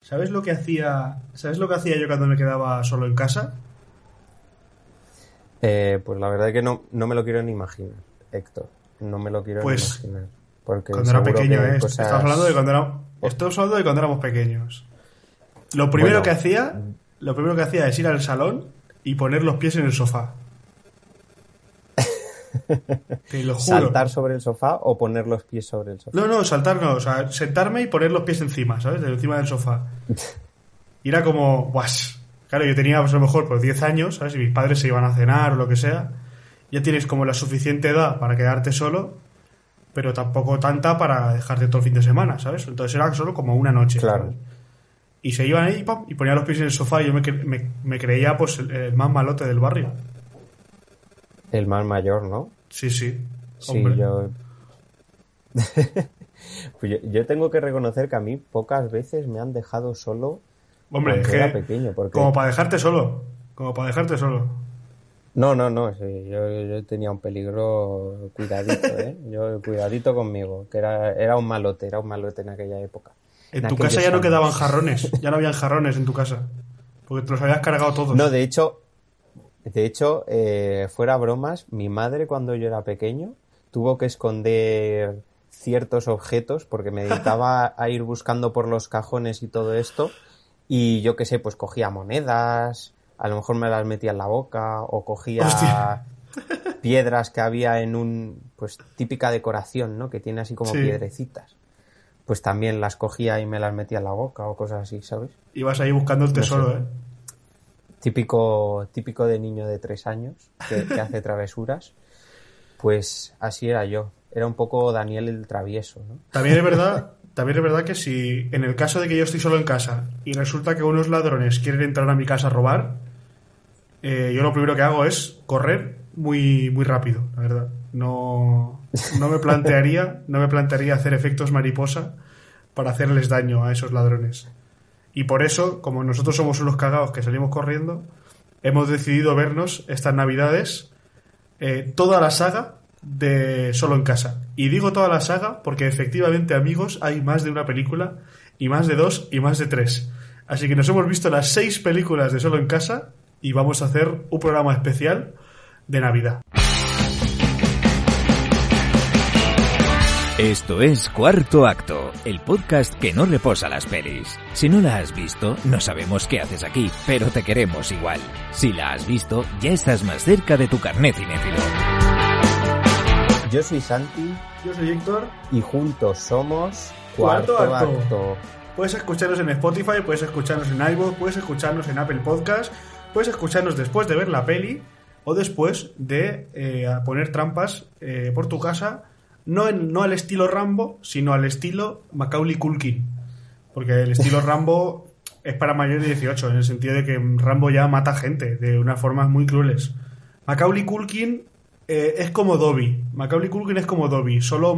¿Sabes lo que hacía yo cuando me quedaba solo en casa? Pues la verdad es que no me lo quiero ni imaginar, Héctor. No me lo quiero ni imaginar. Porque cuando era pequeño, cosas... Estamos hablando de cuando éramos pequeños. Lo primero que hacía es ir al salón y poner los pies en el sofá. Te lo juro. ¿Saltar sobre el sofá o poner los pies sobre el sofá? No, saltar no. O sea, sentarme y poner los pies encima, ¿sabes? Encima del sofá. Y era como... ¡guas! Claro, yo tenía pues, a lo mejor pues, 10 años, ¿sabes? Y mis padres se iban a cenar o lo que sea. Ya tienes como la suficiente edad para quedarte solo, pero tampoco tanta para dejarte todo el fin de semana, ¿sabes? Entonces era solo como una noche. Claro. ¿sabes? Y se iban ahí ¡pam! Y ponían los pies en el sofá y yo me creía pues el más malote del barrio. El más mayor, ¿no? Sí. Sí, Hombre. Pues yo tengo que reconocer que a mí pocas veces me han dejado solo. Hombre, cuando era pequeño, porque... como para dejarte solo. No, sí, yo tenía un peligro, cuidadito, Yo cuidadito conmigo, que era un malote en aquella época. En tu casa ya no quedaban jarrones, ya no habían jarrones en tu casa, porque te los habías cargado todos. No, de hecho, fuera bromas, mi madre cuando yo era pequeño tuvo que esconder ciertos objetos porque me dedicaba a ir buscando por los cajones y todo esto, y yo qué sé, pues cogía monedas, a lo mejor me las metía en la boca, o cogía Hostia. piedras que había en pues típica decoración, ¿no? Que tiene así como piedrecitas. Pues también las cogía y me las metía en la boca o cosas así, ¿sabes? Ibas ahí buscando el tesoro, No sé. Típico de niño de 3 años que hace travesuras. Pues así era yo. Era un poco Daniel el travieso, ¿no? También es verdad que si en el caso de que yo estoy solo en casa y resulta que unos ladrones quieren entrar a mi casa a robar, yo lo primero que hago es correr muy, muy rápido, la verdad. No me plantearía hacer efectos mariposa para hacerles daño a esos ladrones. Y por eso, como nosotros somos unos cagados que salimos corriendo, hemos decidido vernos estas navidades toda la saga de Solo en Casa. Y digo toda la saga porque efectivamente, amigos, hay más de una película, y más de 2 y más de 3. Así que nos hemos visto las 6 películas de Solo en Casa y vamos a hacer un programa especial de Navidad. Esto es Cuarto Acto, el podcast que no reposa las pelis. Si no la has visto, no sabemos qué haces aquí, pero te queremos igual. Si la has visto, ya estás más cerca de tu carnet cinéfilo. Yo soy Santi. Yo soy Héctor. Y juntos somos Cuarto Acto. Puedes escucharnos en Spotify, puedes escucharnos en iVoox, puedes escucharnos en Apple Podcast, puedes escucharnos después de ver la peli o después de poner trampas por tu casa. No al estilo Rambo, sino al estilo Macaulay Culkin. Porque el estilo Rambo es para mayores de 18, en el sentido de que Rambo ya mata gente de unas formas muy crueles. Macaulay Culkin es como Dobby. Macaulay Culkin es como Dobby. Solo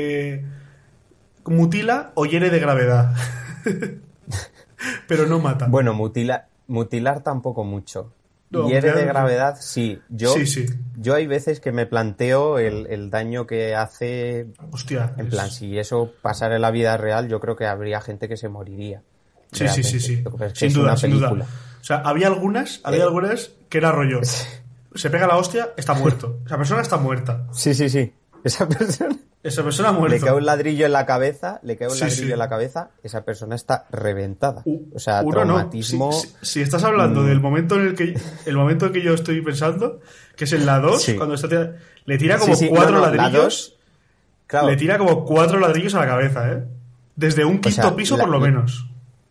mutila o hiere de gravedad. Pero no mata. Bueno, mutilar tampoco mucho. No, hiere de gravedad, sí. Sí. Yo hay veces que me planteo el daño que hace. Hostia. En plan, si eso pasara en la vida real, yo creo que habría gente que se moriría. Sí. Sin duda. O sea, había algunas que era rollo. Se pega la hostia, está muerto. Esa persona está muerta. Sí. Esa persona ha muerto. Le cae un ladrillo en la cabeza, en la cabeza, esa persona está reventada. O sea, traumatismo. No. Si estás hablando del momento en el que yo estoy pensando, que es en la 2, cuando está le tira como 4 ladrillos. Claro. Le tira como 4 ladrillos a la cabeza, desde un quinto piso por lo menos.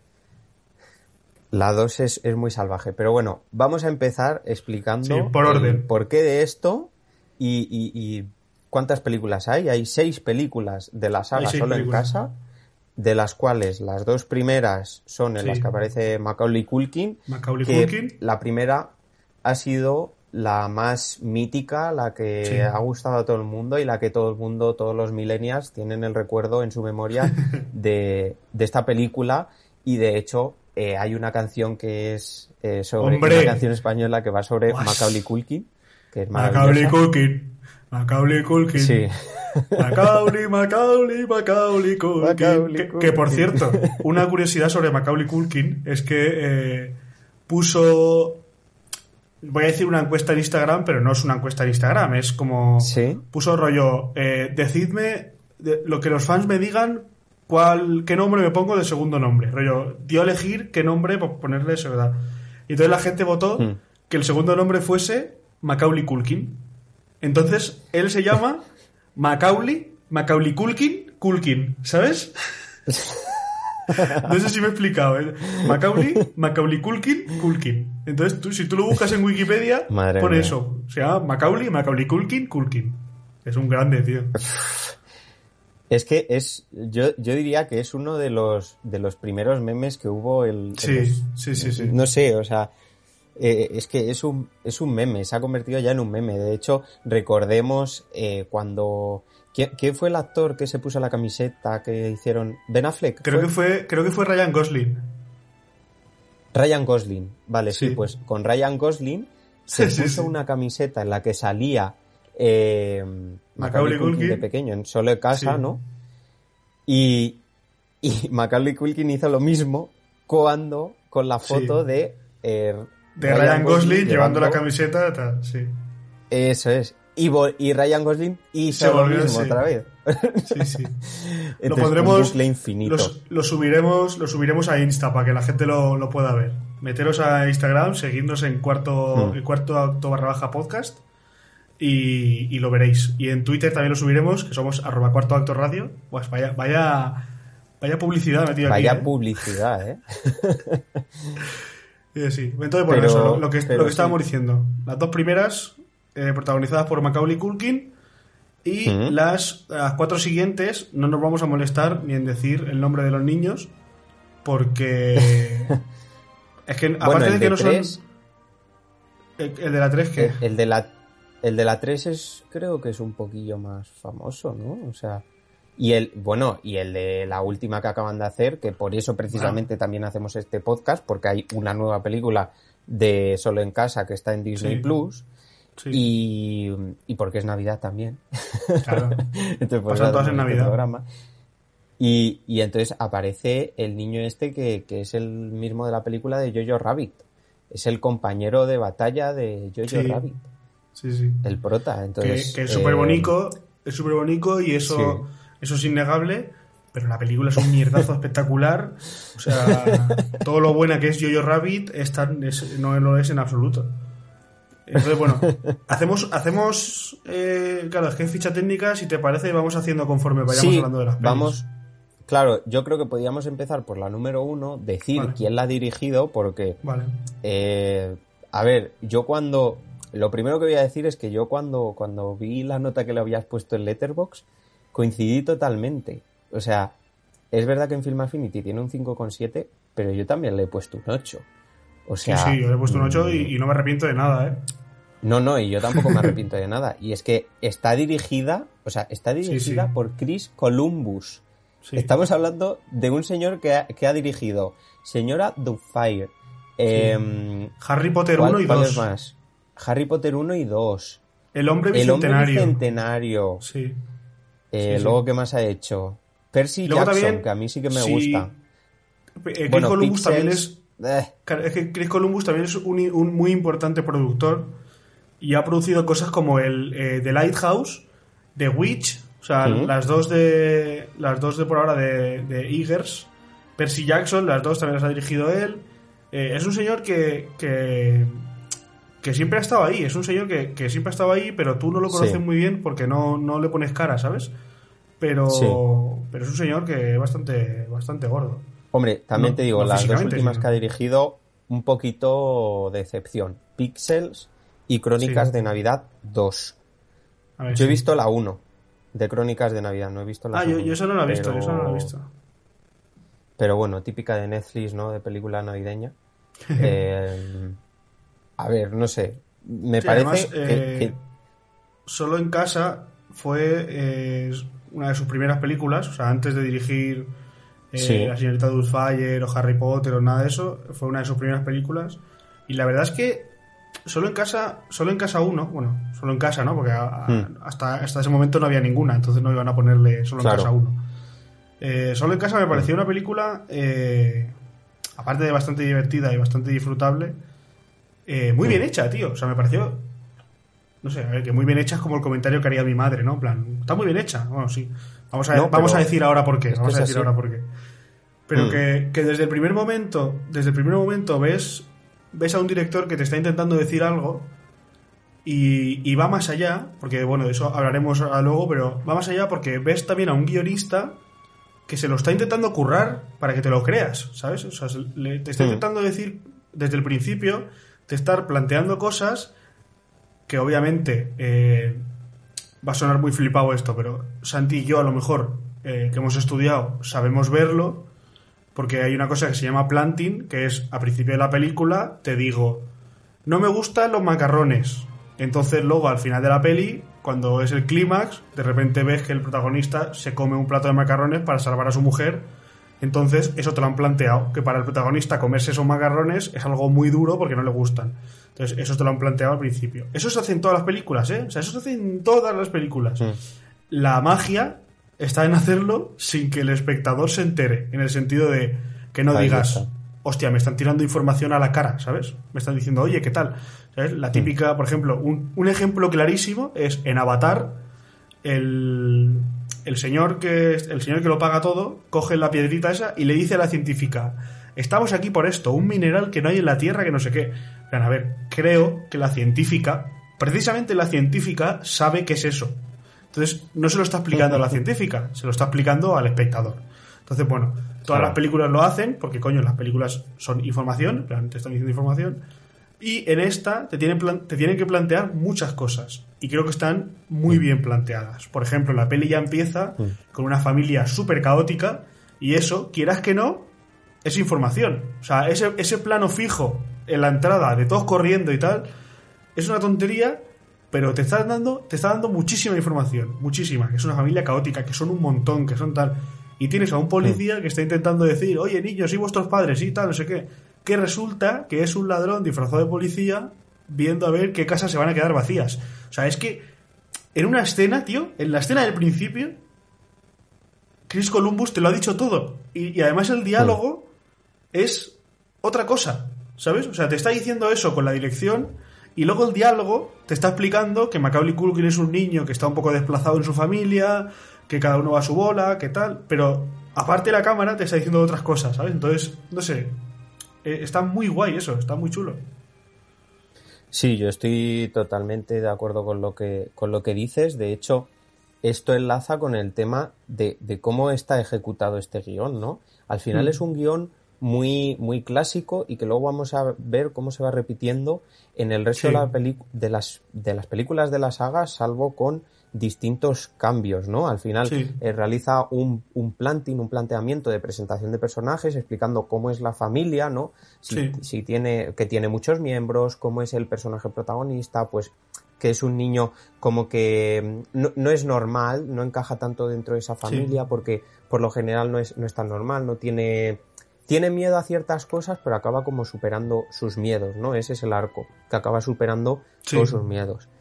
La 2 es muy salvaje, pero bueno, vamos a empezar explicando por orden. Por qué de esto y ¿cuántas películas hay? Hay 6 películas de la saga Solo en Casa, de las cuales las 2 primeras son en las que aparece Macaulay Culkin. La primera ha sido la más mítica, la que ha gustado a todo el mundo y la que todo el mundo, todos los millennials tienen el recuerdo en su memoria de esta película, y de hecho hay una canción que es sobre una canción española que va sobre Macaulay Culkin, que es maravillosa. Macaulay Culkin. Macaulay Culkin. Sí. Macaulay Culkin. Macaulay Que por cierto, una curiosidad sobre Macaulay Culkin es que puso... Voy a decir una encuesta en Instagram, pero no es una encuesta en Instagram, es como... ¿Sí? Puso rollo, decidme lo que los fans me digan, qué nombre me pongo de segundo nombre. Rollo, dio a elegir qué nombre por ponerle eso, ¿verdad? Y entonces la gente votó que el segundo nombre fuese Macaulay Culkin. Entonces, él se llama Macaulay Culkin, ¿sabes? No sé si me he explicado. Macaulay Culkin. Entonces, si tú lo buscas en Wikipedia, pone eso. Se llama Macaulay Culkin. Es un grande, tío. Es que yo diría que es uno de los primeros memes que hubo. Sí. No sé, o sea, es que es un meme, se ha convertido ya en un meme. De hecho, recordemos cuando... ¿Quién fue el actor que se puso la camiseta que hicieron? ¿Ben Affleck? Creo que fue Ryan Gosling. Ryan Gosling, vale, sí, pues con Ryan Gosling se puso una camiseta en la que salía Macaulay Culkin de pequeño en Solo en Casa, ¿no? Y Macaulay Culkin hizo lo mismo con la foto de Ryan Gosling llevando la camiseta, tal, sí. Eso es. Y Ryan Gosling hizo lo mismo otra vez. Sí. Entonces, lo pondremos, infinito. Lo subiremos a Insta para que la gente lo pueda ver. Meteros a Instagram, seguidnos en cuarto acto / podcast y lo veréis. Y en Twitter también lo subiremos, que somos @cuartoactoradio. Pues vaya publicidad metido aquí. Vaya publicidad, Sí. Entonces, bueno, eso, lo que estábamos diciendo. Las dos primeras protagonizadas por Macaulay Culkin y las 4 siguientes no nos vamos a molestar ni en decir el nombre de los niños porque es que aparte de que no 3, son el de la 3 ¿qué? El de la 3 creo que es un poquillo más famoso, ¿no? O sea, y el de la última que acaban de hacer, que por eso precisamente también hacemos este podcast, porque hay una nueva película de Solo en Casa que está en Disney Plus. Sí. Y porque es Navidad también. Claro. Entonces, pues, pasan todas en Navidad. Programa. Y entonces aparece el niño este que es el mismo de la película de Jojo Rabbit. Es el compañero de batalla de Jojo Rabbit. Sí. El prota. Entonces, que es súper bonito. Es súper bonito y eso es innegable. Pero la película es un mierdazo espectacular. O sea, todo lo buena que es Jojo Rabbit no lo es en absoluto. Entonces, bueno, hacemos claro, es que en ficha técnica, si te parece, vamos haciendo conforme vayamos hablando de las pelis. Claro, yo creo que podríamos empezar por la número 1, decir quién la ha dirigido, porque a ver, lo primero que voy a decir es que yo cuando vi la nota que le habías puesto en Letterboxd, coincidí totalmente. O sea, es verdad que en Film Affinity tiene un 5,7, pero yo también le he puesto un 8. O sea, sí, yo le he puesto un 8 y no me arrepiento de nada, No, y yo tampoco me arrepiento de nada. Y es que está dirigida por Chris Columbus. Sí. Estamos hablando de un señor que ha dirigido Señora Doubtfire, Harry Potter 1 y 2. ¿Cuál es más? Harry Potter 1 y 2. El hombre bicentenario. Sí. Luego, ¿qué más ha hecho? Percy Jackson, también, que a mí sí que me gusta. Chris Columbus también es que Chris Columbus también es un muy importante productor y ha producido cosas como The Lighthouse, The Witch, o sea, las dos de por ahora de Eggers, Percy Jackson, las dos también las ha dirigido él. Es un señor que siempre ha estado ahí, es un señor que siempre ha estado ahí, pero tú no lo conoces muy bien porque no le pones cara, ¿sabes? Pero es un señor que es bastante gordo. Hombre, también te digo, las dos últimas que ha dirigido, un poquito de excepción. Pixels y Crónicas de Navidad 2. Yo he visto la 1 de Crónicas de Navidad, no he visto la 2. Yo eso no la he visto, Pero bueno, típica de Netflix, ¿no? De película navideña. A ver, no sé. Me parece además, que... Solo en Casa fue una de sus primeras películas, o sea, antes de dirigir... La señorita Doubtfire o Harry Potter o nada de eso, fue una de sus primeras películas y la verdad es que Solo en casa 1, bueno, solo en casa, ¿no? Porque hasta ese momento no había ninguna, entonces no iban a ponerle solo en casa 1. Solo en casa me pareció una película, aparte de bastante divertida y bastante disfrutable, muy bien hecha, tío. O sea, me pareció, no sé, a ver, que muy bien hecha es como el comentario que haría mi madre, ¿no? En plan, está muy bien hecha. Bueno, sí. Vamos a decir ahora por qué. Vamos a decir ahora por qué. Pero que desde el primer momento ves a un director que te está intentando decir algo y va más allá, porque bueno, de eso hablaremos luego, pero va más allá porque ves también a un guionista que se lo está intentando currar para que te lo creas, ¿sabes? O sea, te está intentando decir desde el principio, te estar planteando cosas que obviamente va a sonar muy flipado esto, pero Santi y yo a lo mejor que hemos estudiado sabemos verlo, porque hay una cosa que se llama planting, que es a principio de la película te digo, no me gustan los macarrones, entonces luego al final de la peli, cuando es el clímax, de repente ves que el protagonista se come un plato de macarrones para salvar a su mujer. Entonces eso te lo han planteado, que para el protagonista comerse esos macarrones es algo muy duro porque no le gustan. Entonces eso te lo han planteado al principio. Eso se hace en todas las películas, ¿eh? O sea, eso se hace en todas las películas. La magia está en hacerlo sin que el espectador se entere, en el sentido de que no digas, hostia, me están tirando información a la cara, ¿sabes? Me están diciendo, oye, ¿qué tal? ¿Sabes? La típica, por ejemplo, un ejemplo clarísimo es en Avatar, el señor que lo paga todo coge la piedrita esa y le dice a la científica, estamos aquí por esto, un mineral que no hay en la Tierra, que no sé qué. Pero, a ver, creo que la científica, precisamente la científica, sabe qué es eso. Entonces no se lo está explicando a la científica, se lo está explicando al espectador. Entonces, bueno, todas las películas lo hacen porque, coño, las películas son información, te están diciendo información, y en esta te tienen que plantear muchas cosas, y creo que están muy bien planteadas. Por ejemplo, la peli ya empieza con una familia súper caótica, y eso, quieras que no, es información. O sea, ese plano fijo en la entrada de todos corriendo y tal, es una tontería, pero te está dando muchísima información, muchísima, que es una familia caótica, que son un montón, que son tal, y tienes a un policía que está intentando decir, oye, niños, ¿y vuestros padres? Y tal, no sé qué, que resulta que es un ladrón disfrazado de policía viendo a ver qué casas se van a quedar vacías. O sea, es que en una escena, tío, en la escena del principio, Chris Columbus te lo ha dicho todo, y además el diálogo es otra cosa, ¿sabes? O sea, te está diciendo eso con la dirección, y luego el diálogo te está explicando que Macaulay Culkin es un niño que está un poco desplazado en su familia, que cada uno va a su bola, que tal, pero aparte la cámara te está diciendo otras cosas, ¿sabes? Entonces, no sé, está muy guay eso, está muy chulo. Sí, yo estoy totalmente de acuerdo con lo que dices. De hecho, esto enlaza con el tema de cómo está ejecutado este guión, ¿no? Al final es un guión muy, muy clásico y que luego vamos a ver cómo se va repitiendo en el resto de las películas de la saga, salvo con distintos cambios, ¿no? Al final realiza un planteamiento de presentación de personajes explicando cómo es la familia, ¿no? Si tiene muchos miembros, cómo es el personaje protagonista, pues que es un niño como que no es normal, no encaja tanto dentro de esa familia porque por lo general no es tan normal, no tiene miedo a ciertas cosas, pero acaba como superando sus miedos, ¿no? Ese es el arco, que acaba superando todos sus miedos.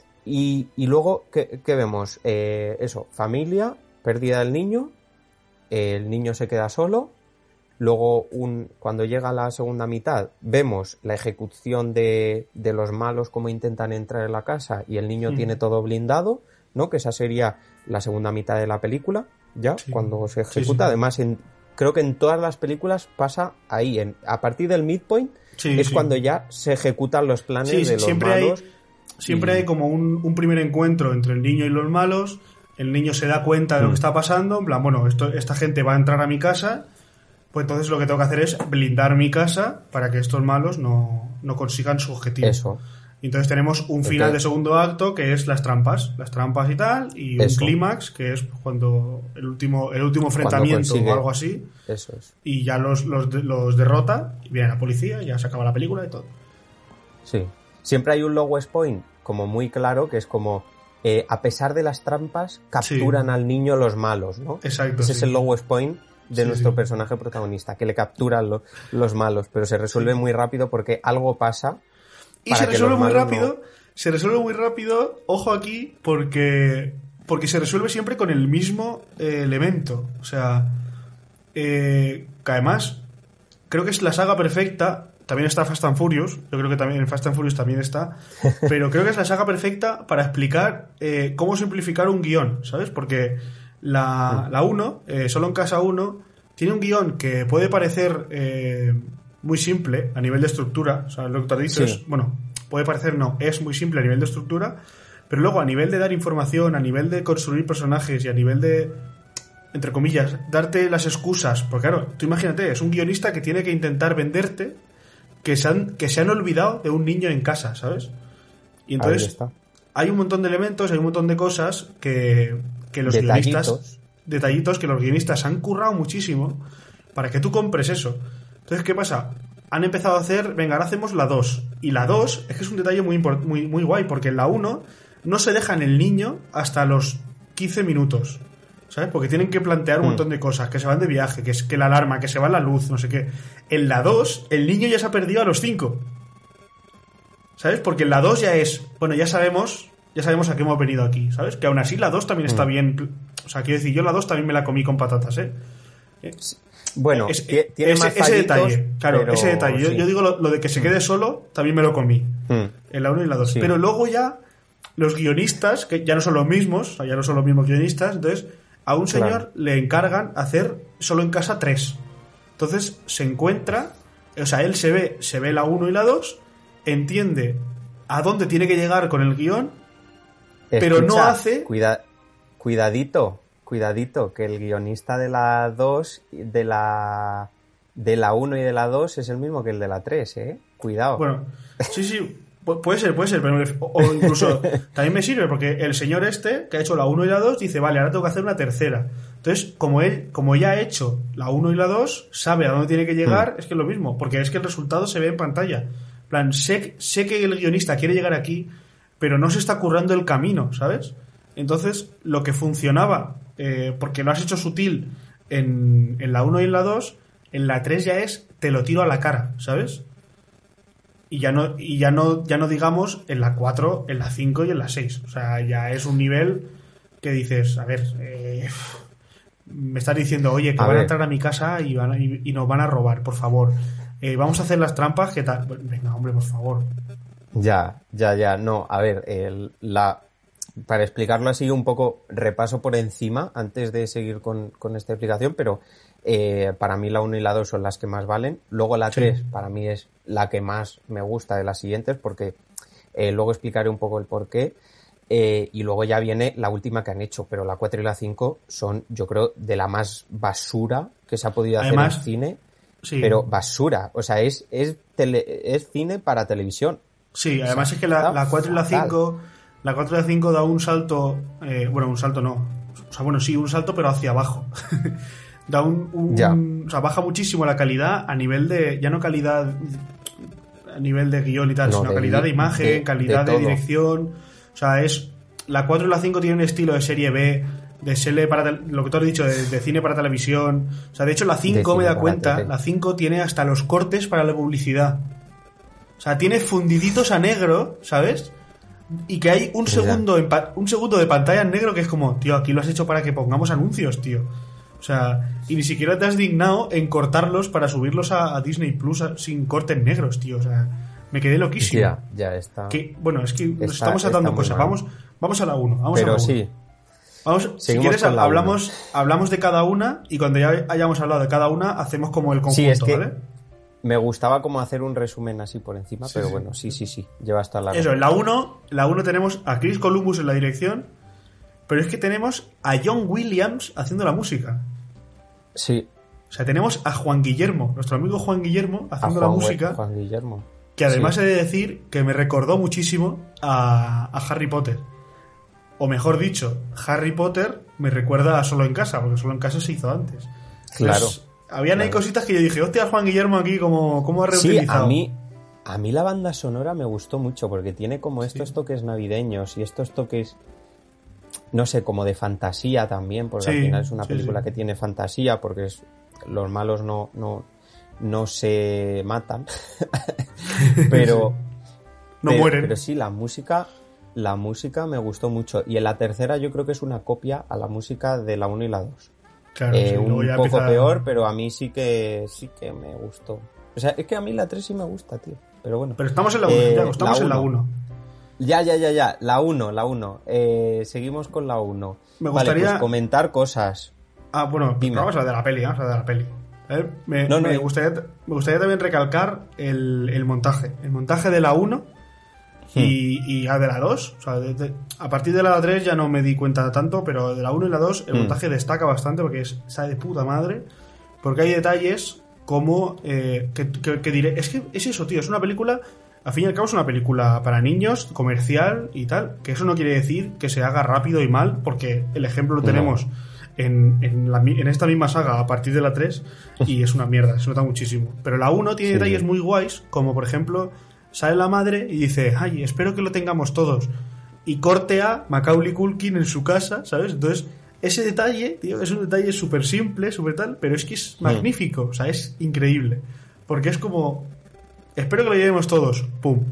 Y luego, ¿qué vemos? Eso, familia, pérdida del niño, el niño se queda solo, luego cuando llega la segunda mitad vemos la ejecución de los malos, cómo intentan entrar en la casa y el niño tiene todo blindado, ¿no? Que esa sería la segunda mitad de la película, ya, cuando se ejecuta. Además, creo que en todas las películas pasa ahí, a partir del midpoint cuando ya se ejecutan los planes de los malos. Siempre hay como un primer encuentro entre el niño y los malos, el niño se da cuenta de lo que está pasando, en plan, bueno, esta gente va a entrar a mi casa, pues entonces lo que tengo que hacer es blindar mi casa para que estos malos no consigan su objetivo. Eso. Y entonces tenemos un final de segundo acto que es las trampas y tal, y un clímax que es cuando el último enfrentamiento o algo así. Eso es. Y ya los derrota, y viene la policía, y ya se acaba la película y todo. Sí. Siempre hay un lowest point como muy claro, que es como a pesar de las trampas capturan al niño los malos, ¿no? Exacto. Ese es el lowest point de nuestro personaje protagonista, que le capturan los malos, pero se resuelve muy rápido porque algo pasa Y se resuelve muy rápido. Se resuelve muy rápido, ojo aquí, porque se resuelve siempre con el mismo elemento. O sea, que además creo que es la saga perfecta. También está Fast and Furious. Yo creo que también en Fast and Furious también está. Pero creo que es la saga perfecta para explicar cómo simplificar un guión, ¿sabes? Porque la 1, Solo en Casa 1, tiene un guión que puede parecer muy simple a nivel de estructura. O sea, lo que te has dicho es... Bueno, puede parecer no. Es muy simple a nivel de estructura. Pero luego a nivel de dar información, a nivel de construir personajes y a nivel de... entre comillas, darte las excusas. Porque claro, tú imagínate, es un guionista que tiene que intentar venderte que se han olvidado de un niño en casa, ¿sabes? Y entonces hay un montón de elementos, hay un montón de cosas que los detallitos que los guionistas han currado muchísimo para que tú compres eso. Entonces, ¿qué pasa? Han empezado a hacer, venga, ahora hacemos la 2. Y la 2 es que es un detalle muy guay, porque en la 1 no se dejan el niño hasta los 15 minutos. ¿Sabes? Porque tienen que plantear un montón de cosas, que se van de viaje, que la alarma, que se va la luz, no sé qué. En la 2, el niño ya se ha perdido a los 5. ¿Sabes? Porque en la 2 ya es, bueno, ya sabemos a qué hemos venido aquí, ¿sabes? Que aún así la 2 también está bien. O sea, quiero decir, yo la 2 también me la comí con patatas, ¿eh? Bueno, tiene más ese detalle, claro, pero... ese detalle. Yo digo lo de que se quede solo, también me lo comí. En la 1 y la 2. Sí. Pero luego ya, los guionistas, que ya no son los mismos, o sea, ya no son los mismos guionistas, entonces... A un señor le encargan hacer Solo en Casa 3. Entonces se encuentra, o sea, él se ve la 1 y la 2, entiende a dónde tiene que llegar con el guión, pero no hace... Cuidadito, que el guionista de la 2, de la 1 y de la 2 es el mismo que el de la 3, ¿eh? Cuidado. Bueno, sí. Puede ser, pero o incluso también me sirve porque el señor que ha hecho la 1 y la 2 dice, vale, ahora tengo que hacer una tercera. Entonces, como ya ha hecho la 1 y la 2, sabe a dónde tiene que llegar, es que es lo mismo, porque es que el resultado se ve en pantalla. En plan, sé que el guionista quiere llegar aquí, pero no se está currando el camino, ¿sabes? Entonces, lo que funcionaba, porque lo has hecho sutil en la 1 y en la 2, en la 3 ya te lo tiro a la cara, ¿sabes? Y ya no digamos en la 4, en la 5 y en la 6. O sea, ya es un nivel que dices, a ver, me estás diciendo, oye, que van a entrar a mi casa y nos van a robar, por favor. Vamos a hacer las trampas, ¿qué tal? Venga, hombre, por favor. Ya. No, a ver, para explicarlo así un poco, repaso por encima antes de seguir con esta explicación, pero para mí la 1 y la 2 son las que más valen. Luego la 3 para mí es la que más me gusta de las siguientes, porque luego explicaré un poco el porqué. Y luego ya viene la última que han hecho, pero la 4 y la 5 son, yo creo, de la más basura que se ha podido hacer en cine. Sí. Pero basura, o sea, es cine para televisión. Sí, además, o sea, es que la 4 y la 5... La 4 y la 5 da un salto... un salto no. O sea, bueno, sí, un salto, pero hacia abajo. Da o sea, baja muchísimo la calidad a nivel de... Ya no calidad a nivel de guión y tal, sino calidad de imagen, calidad de dirección. O sea, la 4 y la 5 tienen un estilo de serie B, de serie para... Lo que tú has dicho, de cine para televisión. O sea, de hecho, la 5, me da cuenta, la 5 tiene hasta los cortes para la publicidad. O sea, tiene fundiditos a negro, ¿sabes? Y que hay un segundo de pantalla en negro que es como, tío, aquí lo has hecho para que pongamos anuncios, tío. O sea, y ni siquiera te has dignado en cortarlos para subirlos a Disney Plus sin cortes negros, tío. O sea, me quedé loquísimo. Ya está. Bueno, es que nos estamos atando cosas. Vamos a la 1. Pero sí. Si quieres, hablamos de cada una y cuando ya hayamos hablado de cada una, hacemos como el conjunto, sí, es que ¿vale? Me gustaba como hacer un resumen así por encima, pero bueno, sí. Lleva hasta la... Eso, en la 1 tenemos a Chris Columbus en la dirección, pero es que tenemos a John Williams haciendo la música. Sí. O sea, tenemos a Juan Guillermo, nuestro amigo Juan Guillermo, haciendo la música. Juan Guillermo. Que además he de decir que me recordó muchísimo a Harry Potter. O mejor dicho, Harry Potter me recuerda a Solo en Casa, porque Solo en Casa se hizo antes. Claro. Habían ahí cositas que yo dije, hostia, Juan Guillermo aquí como ha reutilizado. Sí, a mí la banda sonora me gustó mucho porque tiene como estos toques navideños y estos toques, no sé, como de fantasía también, porque al final es una película que tiene fantasía porque los malos no se matan. no mueren. Pero sí, la música me gustó mucho. Y en la tercera yo creo que es una copia a la música de la 1 y la 2. Claro, sí, un poco peor, pero a mí sí que me gustó. O sea, es que a mí la 3 sí me gusta, tío. Pero bueno. Pero estamos en la 1, ya, estamos en la 1. Ya. La 1. Seguimos con la 1. Me gustaría... Vale, pues comentar cosas. Bueno, vamos a hablar de la peli, Me gustaría también recalcar el montaje. El montaje de la 1 y de la 2. O sea, a partir de la 3 ya no me di cuenta tanto, pero de la 1 y la 2 el montaje destaca bastante porque sale de puta madre. Porque hay detalles como... que diré... Es que es eso, tío. Es una película... Al fin y al cabo es una película para niños, comercial y tal. Que eso no quiere decir que se haga rápido y mal, porque el ejemplo lo tenemos... En esta misma saga a partir de la 3 y es una mierda, se nota muchísimo. Pero la 1 tiene detalles muy guays, como por ejemplo sale la madre y dice, ay, espero que lo tengamos todos, y corte a Macaulay Culkin en su casa, ¿sabes? Entonces ese detalle, tío, es un detalle súper simple, súper tal, pero es que es magnífico, o sea, es increíble, porque es como, espero que lo llevemos todos, pum,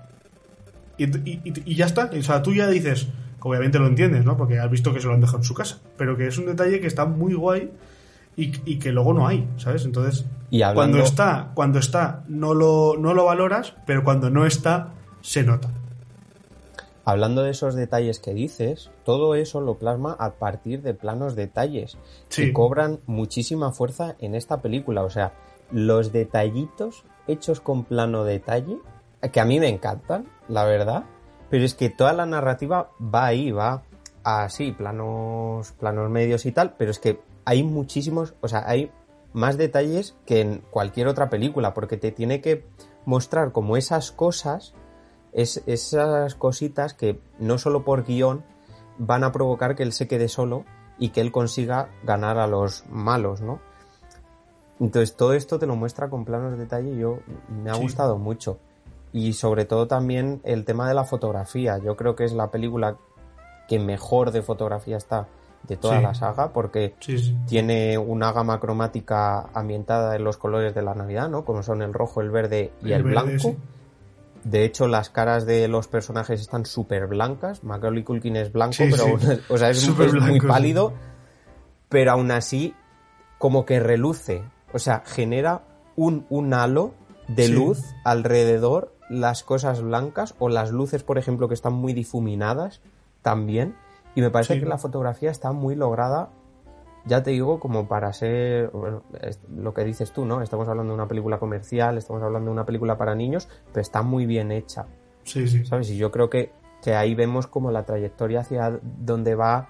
y ya está. O sea, tú ya dices, obviamente lo entiendes, ¿no? Porque has visto que se lo han dejado en su casa. Pero que es un detalle que está muy guay y que luego no hay, ¿sabes? Entonces, cuando está no lo valoras, pero cuando no está, se nota. Hablando de esos detalles que dices, todo eso lo plasma a partir de planos detalles que cobran muchísima fuerza en esta película. O sea, los detallitos hechos con plano detalle, que a mí me encantan, la verdad. Pero es que toda la narrativa va ahí, va así, planos medios y tal, pero es que hay muchísimos, o sea, hay más detalles que en cualquier otra película, porque te tiene que mostrar como esas cosas, esas cositas que no solo por guión van a provocar que él se quede solo y que él consiga ganar a los malos, ¿no? Entonces todo esto te lo muestra con planos de detalle y me ha gustado mucho. Y sobre todo también el tema de la fotografía. Yo creo que es la película que mejor de fotografía está de toda la saga, porque tiene una gama cromática ambientada en los colores de la Navidad, ¿no? Como son el rojo, el verde y el blanco. Sí. De hecho, las caras de los personajes están súper blancas. Macaulay Culkin es blanco, pero o sea, es muy pálido, pero aún así como que reluce. O sea, genera un halo de luz alrededor, las cosas blancas o las luces, por ejemplo, que están muy difuminadas también, y me parece que la fotografía está muy lograda, ya te digo, como para ser, bueno, lo que dices tú, ¿no? Estamos hablando de una película comercial, estamos hablando de una película para niños, pero está muy bien hecha, ¿sabes? Y yo creo que ahí vemos como la trayectoria hacia donde va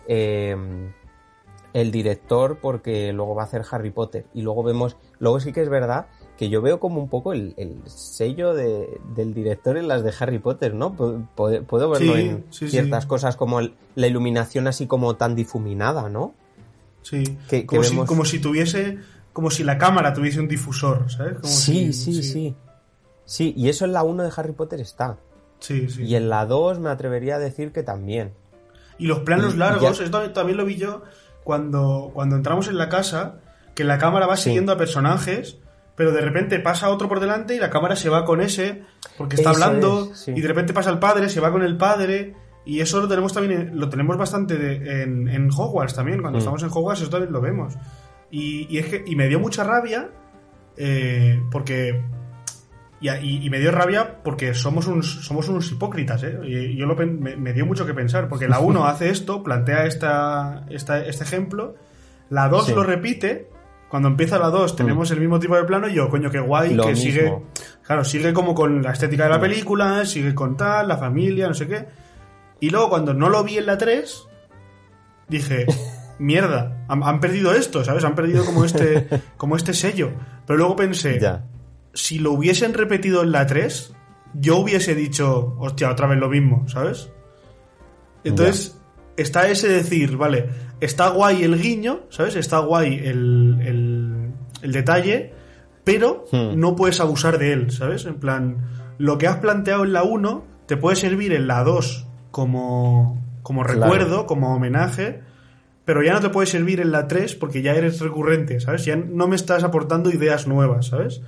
el director, porque luego va a hacer Harry Potter, y luego sí que es verdad que yo veo como un poco el sello del director en las de Harry Potter, ¿no? Puedo verlo en ciertas cosas, como la iluminación así como tan difuminada, ¿no? Sí, como si la cámara tuviese un difusor, ¿sabes? Como Sí, y eso en la 1 de Harry Potter está. Sí. Y en la 2 me atrevería a decir que también. Y los planos largos, esto también lo vi yo cuando entramos en la casa, que la cámara va siguiendo a personajes, pero de repente pasa otro por delante y la cámara se va con ese, porque está hablando, y de repente pasa el padre, se va con el padre, y eso lo tenemos también, lo tenemos bastante en Hogwarts también, cuando estamos en Hogwarts eso también lo vemos. Y es que me dio mucha rabia, porque... Y me dio rabia porque somos unos hipócritas, ¿eh? Y yo me dio mucho que pensar, porque la 1 hace esto, plantea este ejemplo, la 2 lo repite. Cuando empieza la 2 tenemos el mismo tipo de plano y yo, coño, qué guay, que sigue como con la estética de la película, sigue con tal, la familia, no sé qué. Y luego cuando no lo vi en la 3, dije, mierda, han perdido esto, ¿sabes? Han perdido como este sello. Pero luego pensé, si lo hubiesen repetido en la 3, yo hubiese dicho, hostia, otra vez lo mismo, ¿sabes? Entonces... está ese decir, vale, está guay el guiño, ¿sabes? Está guay el detalle, pero no puedes abusar de él, ¿sabes? En plan, lo que has planteado en la 1 te puede servir en la 2 como recuerdo, como homenaje, pero ya no te puede servir en la 3 porque ya eres recurrente, ¿sabes? Ya no me estás aportando ideas nuevas, ¿sabes?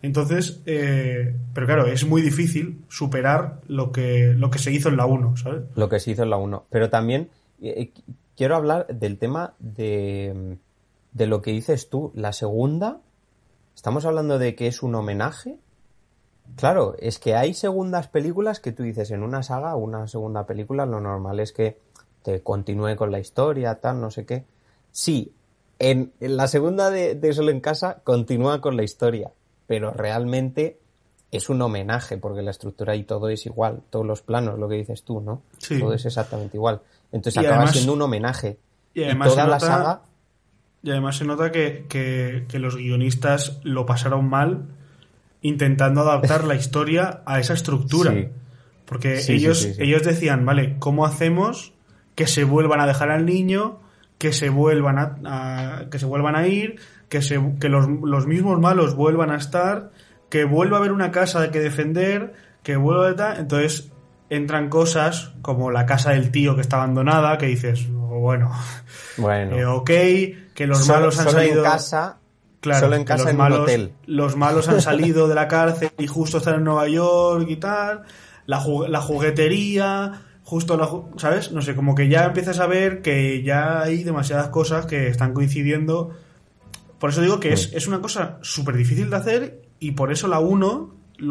Entonces, pero claro, es muy difícil superar lo que se hizo en la 1, ¿sabes? Lo que se hizo en la 1. Pero también quiero hablar del tema de lo que dices tú. La segunda, estamos hablando de que es un homenaje. Claro, es que hay segundas películas que tú dices en una saga, una segunda película, lo normal es que te continúe con la historia, tal, no sé qué. Sí, en la segunda de Solo en Casa continúa con la historia, pero realmente es un homenaje porque la estructura y todo es igual, todos los planos, lo que dices tú, ¿no? Sí. Todo es exactamente igual. Entonces acaba además, siendo un homenaje. Y además toda la saga... Y además se nota que los guionistas lo pasaron mal intentando adaptar la historia a esa estructura. Sí. Porque ellos decían, vale, ¿cómo hacemos que se vuelvan a dejar al niño, que se vuelvan a ir, que los mismos malos vuelvan a estar, que vuelva a haber una casa que defender, que vuelva a tal? Entonces entran cosas como la casa del tío que está abandonada, que dices, bueno. Ok, que los malos han salido... En casa... Claro, solo en casa, en un hotel. Los malos han salido de la cárcel y justo están en Nueva York y tal. La juguetería, ¿sabes? No sé, como que ya empiezas a ver que ya hay demasiadas cosas que están coincidiendo. Por eso digo que es una cosa súper difícil de hacer y por eso la 1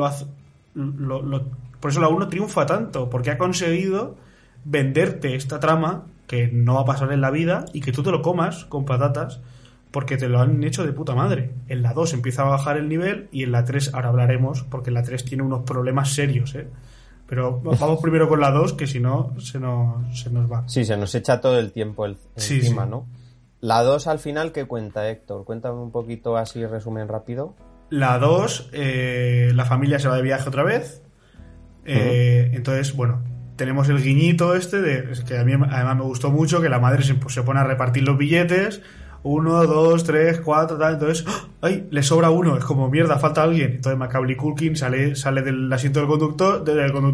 por eso la 1 triunfa tanto, porque ha conseguido venderte esta trama que no va a pasar en la vida y que tú te lo comas con patatas. Porque te lo han hecho de puta madre. En la 2 empieza a bajar el nivel y en la 3 ahora hablaremos, porque en la 3 tiene unos problemas serios, ¿eh? Pero vamos primero con la 2, que si no se nos va. Sí, se nos echa todo el tiempo encima, ¿no? La 2 al final, ¿qué cuenta, Héctor? Cuéntame un poquito así, resumen rápido. La 2, la familia se va de viaje otra vez. Entonces, bueno, tenemos el guiñito es que a mí además me gustó mucho, que la madre se pone a repartir los billetes... 1, 2, 3, 4, tal. Entonces, ¡ay! Le sobra uno. Es como, mierda, falta alguien. Entonces Macaulay Culkin sale del asiento del conductor,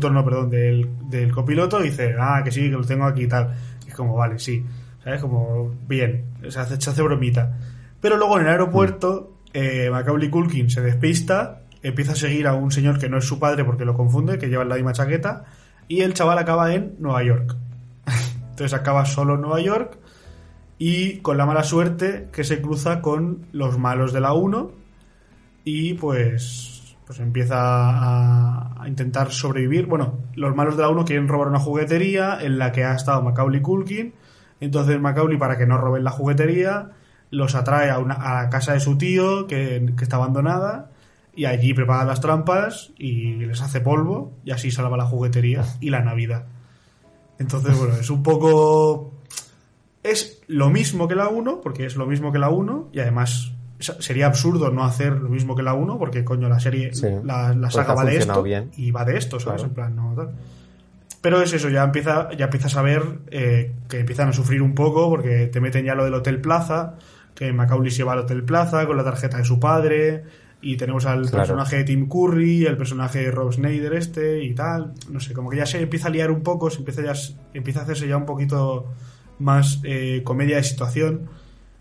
del copiloto y dice, que sí, que lo tengo aquí y tal. Y es como, vale, sí. ¿Sabes? Como, bien. Se hace bromita. Pero luego en el aeropuerto, Macaulay Culkin se despista, empieza a seguir a un señor que no es su padre porque lo confunde, que lleva la misma chaqueta, y el chaval acaba en Nueva York. Entonces acaba solo en Nueva York. Y con la mala suerte que se cruza con los malos de la 1 y pues empieza a intentar sobrevivir. Bueno, los malos de la 1 quieren robar una juguetería en la que ha estado Macaulay Culkin. Entonces Macaulay, para que no roben la juguetería, los atrae a la casa de su tío que está abandonada y allí prepara las trampas y les hace polvo y así salva la juguetería y la Navidad. Entonces, bueno, es un poco... Es lo mismo que la 1, porque es lo mismo que la 1, y además sería absurdo no hacer lo mismo que la 1, porque coño, la serie, la saga va de esto, bien. Y va de esto, ¿sabes? Claro. En plan, no tal. Pero es eso, ya empiezas a ver que empiezan a sufrir un poco, porque te meten ya lo del Hotel Plaza, que Macaulay se va al Hotel Plaza con la tarjeta de su padre, y tenemos al personaje de Tim Curry, el personaje de Rob Schneider y tal, no sé, como que ya se empieza a liar un poco, empieza a hacerse ya un poquito... más comedia de situación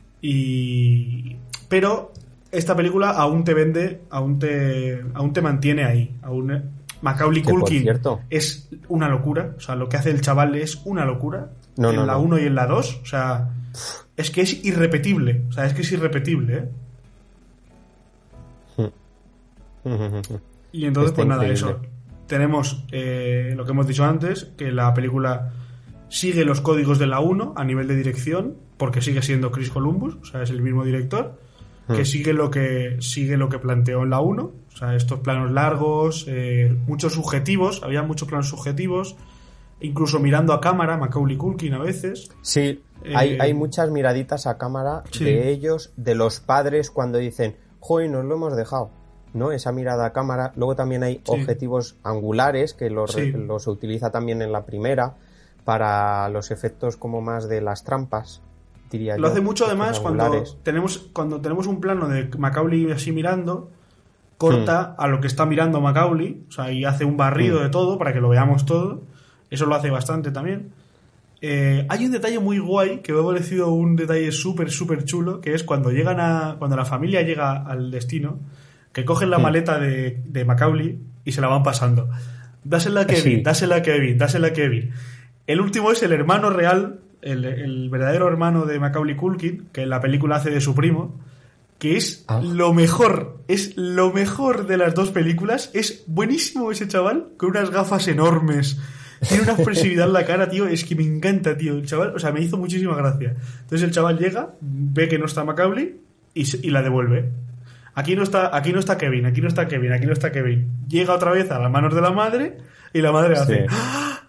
pero esta película aún te vende, aún te mantiene ahí, Macaulay Culkin es una locura, o sea, lo que hace el chaval es una locura en la 1 y en la 2, o sea, es que es irrepetible, y entonces pues nada, eso tenemos lo que hemos dicho antes, que la película sigue los códigos de la 1 a nivel de dirección, porque sigue siendo Chris Columbus, o sea, es el mismo director, que sigue lo que planteó en la 1, o sea, estos planos largos, muchos subjetivos, había muchos planos subjetivos, incluso mirando a cámara, Macaulay Culkin a veces. Sí, hay muchas miraditas a cámara de ellos, de los padres cuando dicen, joder, nos lo hemos dejado, ¿no? Esa mirada a cámara. Luego también hay objetivos angulares que los utiliza también en la primera, para los efectos como más de las trampas, diría yo. Lo hace mucho además cuando tenemos un plano de Macaulay así mirando, corta a lo que está mirando Macaulay, o sea, y hace un barrido de todo para que lo veamos todo. Eso lo hace bastante también. Hay un detalle muy guay que me ha parecido un detalle súper, súper chulo, que es cuando la familia llega al destino, que cogen la maleta de Macaulay y se la van pasando. Dásela a Kevin, dásela a Kevin, dásela a Kevin. El último es el hermano real, el verdadero hermano de Macaulay Culkin, que en la película hace de su primo, que es lo mejor de las dos películas. Es buenísimo ese chaval, con unas gafas enormes, tiene una expresividad en la cara, tío, es que me encanta, tío, el chaval, o sea, me hizo muchísima gracia. Entonces el chaval llega, ve que no está Macaulay y la devuelve. Aquí no está Kevin, aquí no está Kevin, aquí no está Kevin. Llega otra vez a las manos de la madre y la madre hace... ¡Ah!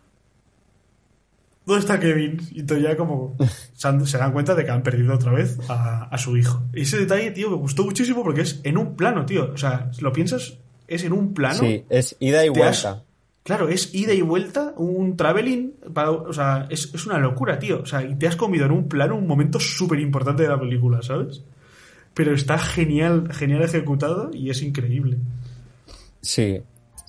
¿Dónde está Kevin? Y entonces ya como se dan cuenta de que han perdido otra vez a su hijo. Y ese detalle, tío, me gustó muchísimo porque es en un plano, tío. O sea, si lo piensas, es en un plano. Sí, es ida y vuelta. Claro, es ida y vuelta, un traveling, o sea, es una locura, tío. O sea, y te has comido en un plano un momento súper importante de la película, ¿sabes? Pero está genial ejecutado y es increíble. Sí.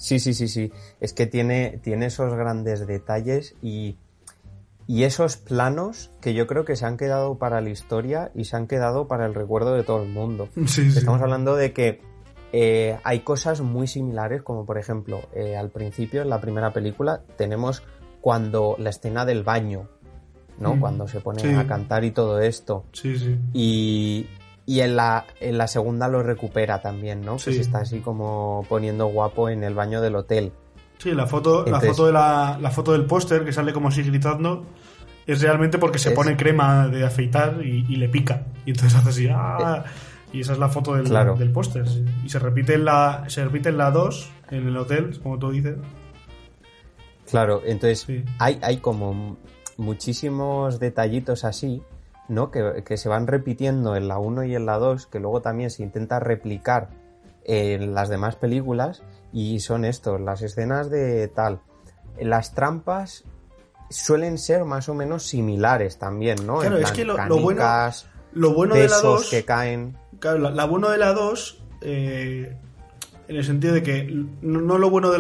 Es que tiene esos grandes detalles y esos planos que yo creo que se han quedado para la historia y se han quedado para el recuerdo de todo el mundo. Sí. Estamos hablando de que hay cosas muy similares, como por ejemplo, al principio, en la primera película, tenemos cuando la escena del baño, ¿no? Cuando se pone a cantar y todo esto. Sí. Y en la segunda lo recupera también, ¿no? Sí. Que se está así como poniendo guapo en el baño del hotel. Sí, la foto del póster que sale como así gritando es realmente porque se pone crema de afeitar y le pica. Y entonces hace así, ¡ah! Y esa es la foto del póster. Sí. Y se repite en la 2, en el hotel, como tú dices. Claro, entonces hay como muchísimos detallitos así, ¿no? Que se van repitiendo en la 1 y en la 2, que luego también se intenta replicar en las demás películas, y son estos, las escenas de tal. Las trampas suelen ser más o menos similares también, ¿no? Claro, en plan, es que lo bueno de la 2 que caen. Claro, la bueno de la 2 en el sentido de que no lo bueno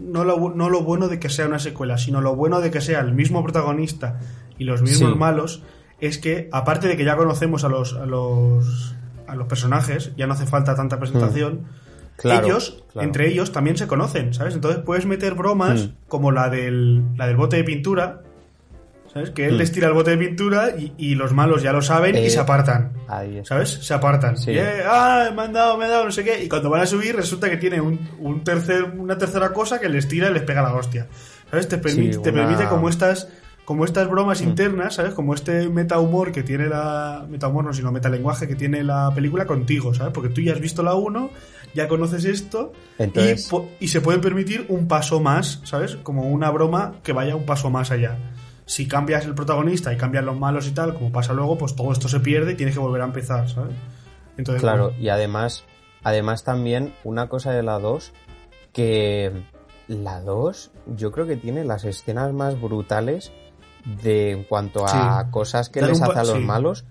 de que sea una secuela, sino lo bueno de que sea el mismo protagonista y los mismos malos, es que aparte de que ya conocemos a los personajes, ya no hace falta tanta presentación. Claro. Entre ellos también se conocen, ¿sabes? Entonces puedes meter bromas como la del bote de pintura, ¿sabes? Que él les tira el bote de pintura y los malos ya lo saben y se apartan, ¿sabes? Se apartan. Sí. Y, me ha dado, no sé qué. Y cuando van a subir resulta que tiene una tercera cosa que les tira y les pega la hostia, ¿sabes? Te permite como estas bromas internas, ¿sabes? Como este metahumor que tiene sino metalenguaje que tiene la película contigo, ¿sabes? Porque tú ya has visto la 1, ya conoces esto. Entonces... y se puede permitir un paso más, ¿sabes? Como una broma que vaya un paso más allá. Si cambias el protagonista y cambian los malos y tal, como pasa luego, pues todo esto se pierde y tienes que volver a empezar, ¿sabes? Entonces, claro, y además también una cosa de la 2, que la 2 yo creo que tiene las escenas más brutales en cuanto a cosas que les hace a los malos.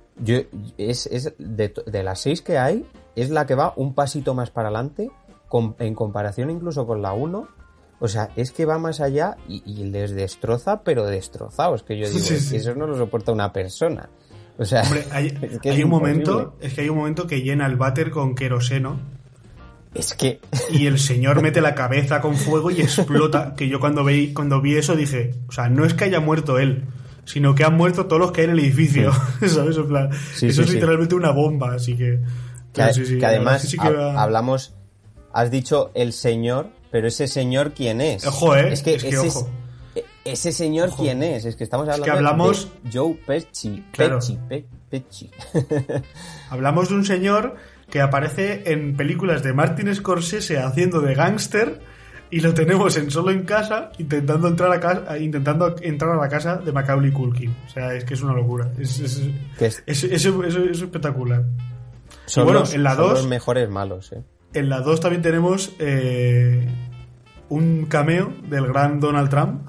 Es de las 6 que hay, es la que va un pasito más para adelante en comparación incluso con la 1. O sea, es que va más allá y les destroza, pero destrozados, que yo digo, eso no lo soporta una persona. O sea, hombre, hay un momento que llena el váter con queroseno. Es que... Y el señor mete la cabeza con fuego y explota, que yo cuando vi eso dije, o sea, no es que haya muerto él, sino que han muerto todos los que hay en el edificio, ¿sabes? En plan, eso es literalmente una bomba, así que... Que además hablamos, has dicho el señor, pero ese señor ¿quién es? Ojo, ojo. Ese señor ojo. ¿Quién es? Es que estamos hablando de Joe Pesci. Claro. Pesci. Hablamos de un señor que aparece en películas de Martin Scorsese haciendo de gángster y lo tenemos en Solo en Casa intentando entrar a la casa de Macaulay Culkin. O sea, es que es una locura. Es espectacular. Son, bueno, en la 2, son los mejores malos, ¿eh? En la 2 también tenemos un cameo del gran Donald Trump.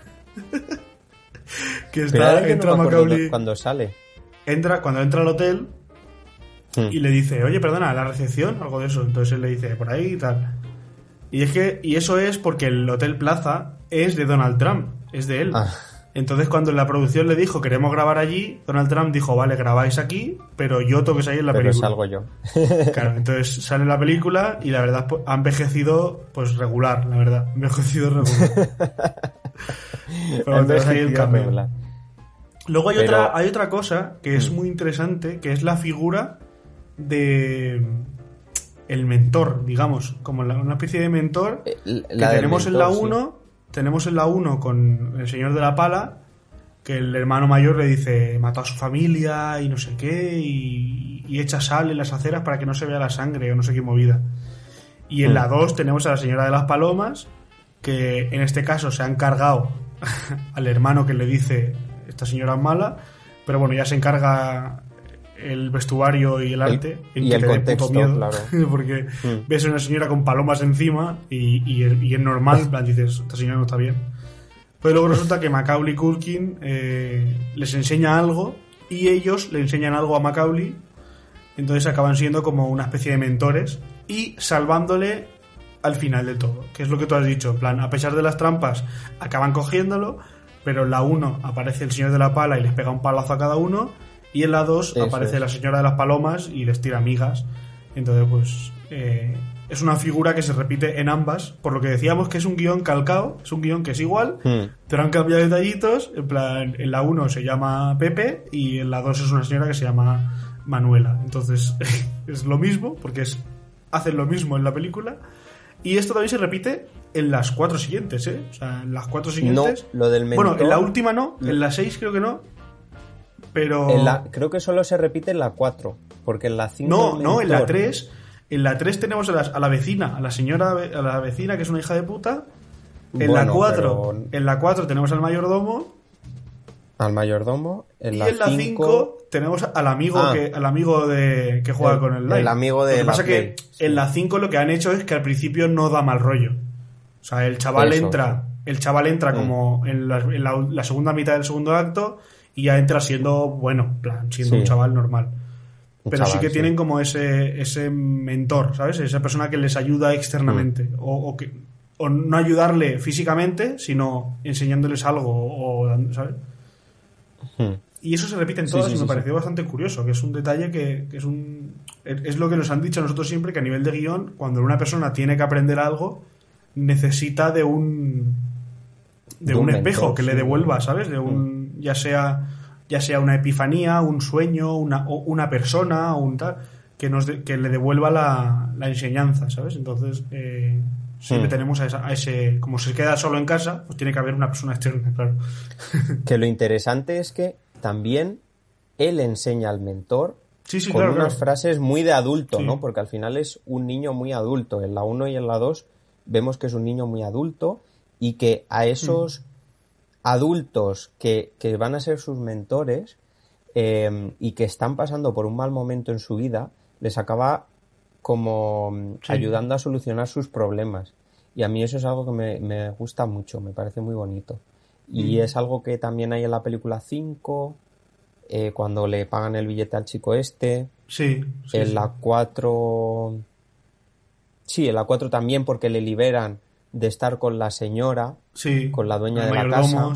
Que entra Macaulay cuando sale. Cuando entra al hotel y le dice, oye, perdona, la recepción, algo de eso. Entonces él le dice, por ahí y tal. Y eso es porque el Hotel Plaza es de Donald Trump, es de él. Entonces, cuando la producción le dijo queremos grabar allí, Donald Trump dijo, vale, grabáis aquí, pero yo tengo que salir en la película. Pero salgo yo. Claro, entonces sale la película y la verdad ha envejecido pues regular, la verdad. Ha envejecido regular. Pero entonces ahí el cambio. Regular. Luego hay otra cosa que es muy interesante, que es la figura de el mentor, digamos, como una especie de mentor que tenemos mentor, en la 1, sí. Tenemos en la 1 con el señor de la pala, que el hermano mayor le dice mató a su familia y no sé qué, y echa sal en las aceras para que no se vea la sangre o no sé qué movida. Y en la 2 tenemos a la señora de las palomas, que en este caso se han cargado al hermano que le dice esta señora es mala, pero bueno, ya se encarga el vestuario y el arte y el contexto, puto miedo, claro. Porque ves a una señora con palomas encima y es normal, en plan dices, esta señora no está bien. Pero luego resulta que Macaulay Culkin les enseña algo y ellos le enseñan algo a Macaulay, entonces acaban siendo como una especie de mentores y salvándole al final del todo, que es lo que tú has dicho, en plan, a pesar de las trampas acaban cogiéndolo, pero en la 1 aparece el señor de la pala y les pega un palazo a cada uno, y en la 2 aparece la señora de las palomas y les tira migas. Entonces pues es una figura que se repite en ambas, por lo que decíamos que es un guión calcado, es un guión que es igual, pero han cambiado detallitos, en plan, en la 1 se llama Pepe y en la 2 es una señora que se llama Manuela. Entonces es lo mismo, porque hacen lo mismo en la película. Y esto también se repite en las 4 siguientes, ¿eh? O sea, en las 4 siguientes... No, lo del mentor... Bueno, en la última no, en la 6 creo que no, pero... creo que solo se repite en la 4, porque en la 5... No, en la 3... En la 3 tenemos a la vecina, a la vecina que es una hija de puta. En la 4 tenemos al mayordomo. Al mayordomo. En la 5 tenemos al amigo que juega con el Light. El amigo de... Lo que pasa que en la 5 lo que han hecho es que al principio no da mal rollo. O sea, el chaval entra como en la segunda mitad del segundo acto y ya entra siendo bueno, plan, siendo un chaval normal. Pero sí que tienen como ese mentor, ¿sabes? Esa persona que les ayuda externamente. O no ayudarle físicamente, sino enseñándoles algo, ¿sabes? Y eso se repite en todas y me pareció bastante curioso, que es un detalle que es lo que nos han dicho a nosotros siempre, que a nivel de guión, cuando una persona tiene que aprender algo, necesita de un espejo mentor, que le devuelva, ¿sabes? Ya sea una epifanía, un sueño, una persona, o un tal, que le devuelva la enseñanza, ¿sabes? Entonces, siempre tenemos a ese... Como se queda solo en casa, pues tiene que haber una persona externa, claro. Que lo interesante es que también él enseña al mentor con unas frases muy de adulto, ¿no? Porque al final es un niño muy adulto. En la 1 y en la 2 vemos que es un niño muy adulto y que a esos... adultos que van a ser sus mentores y que están pasando por un mal momento en su vida, les acaba como ayudando a solucionar sus problemas. Y a mí eso es algo que me gusta mucho, me parece muy bonito. Y es algo que también hay en la película 5, cuando le pagan el billete al chico este. En la 4... Sí, en la 4 también, porque le liberan de estar con la señora, con la dueña de la casa.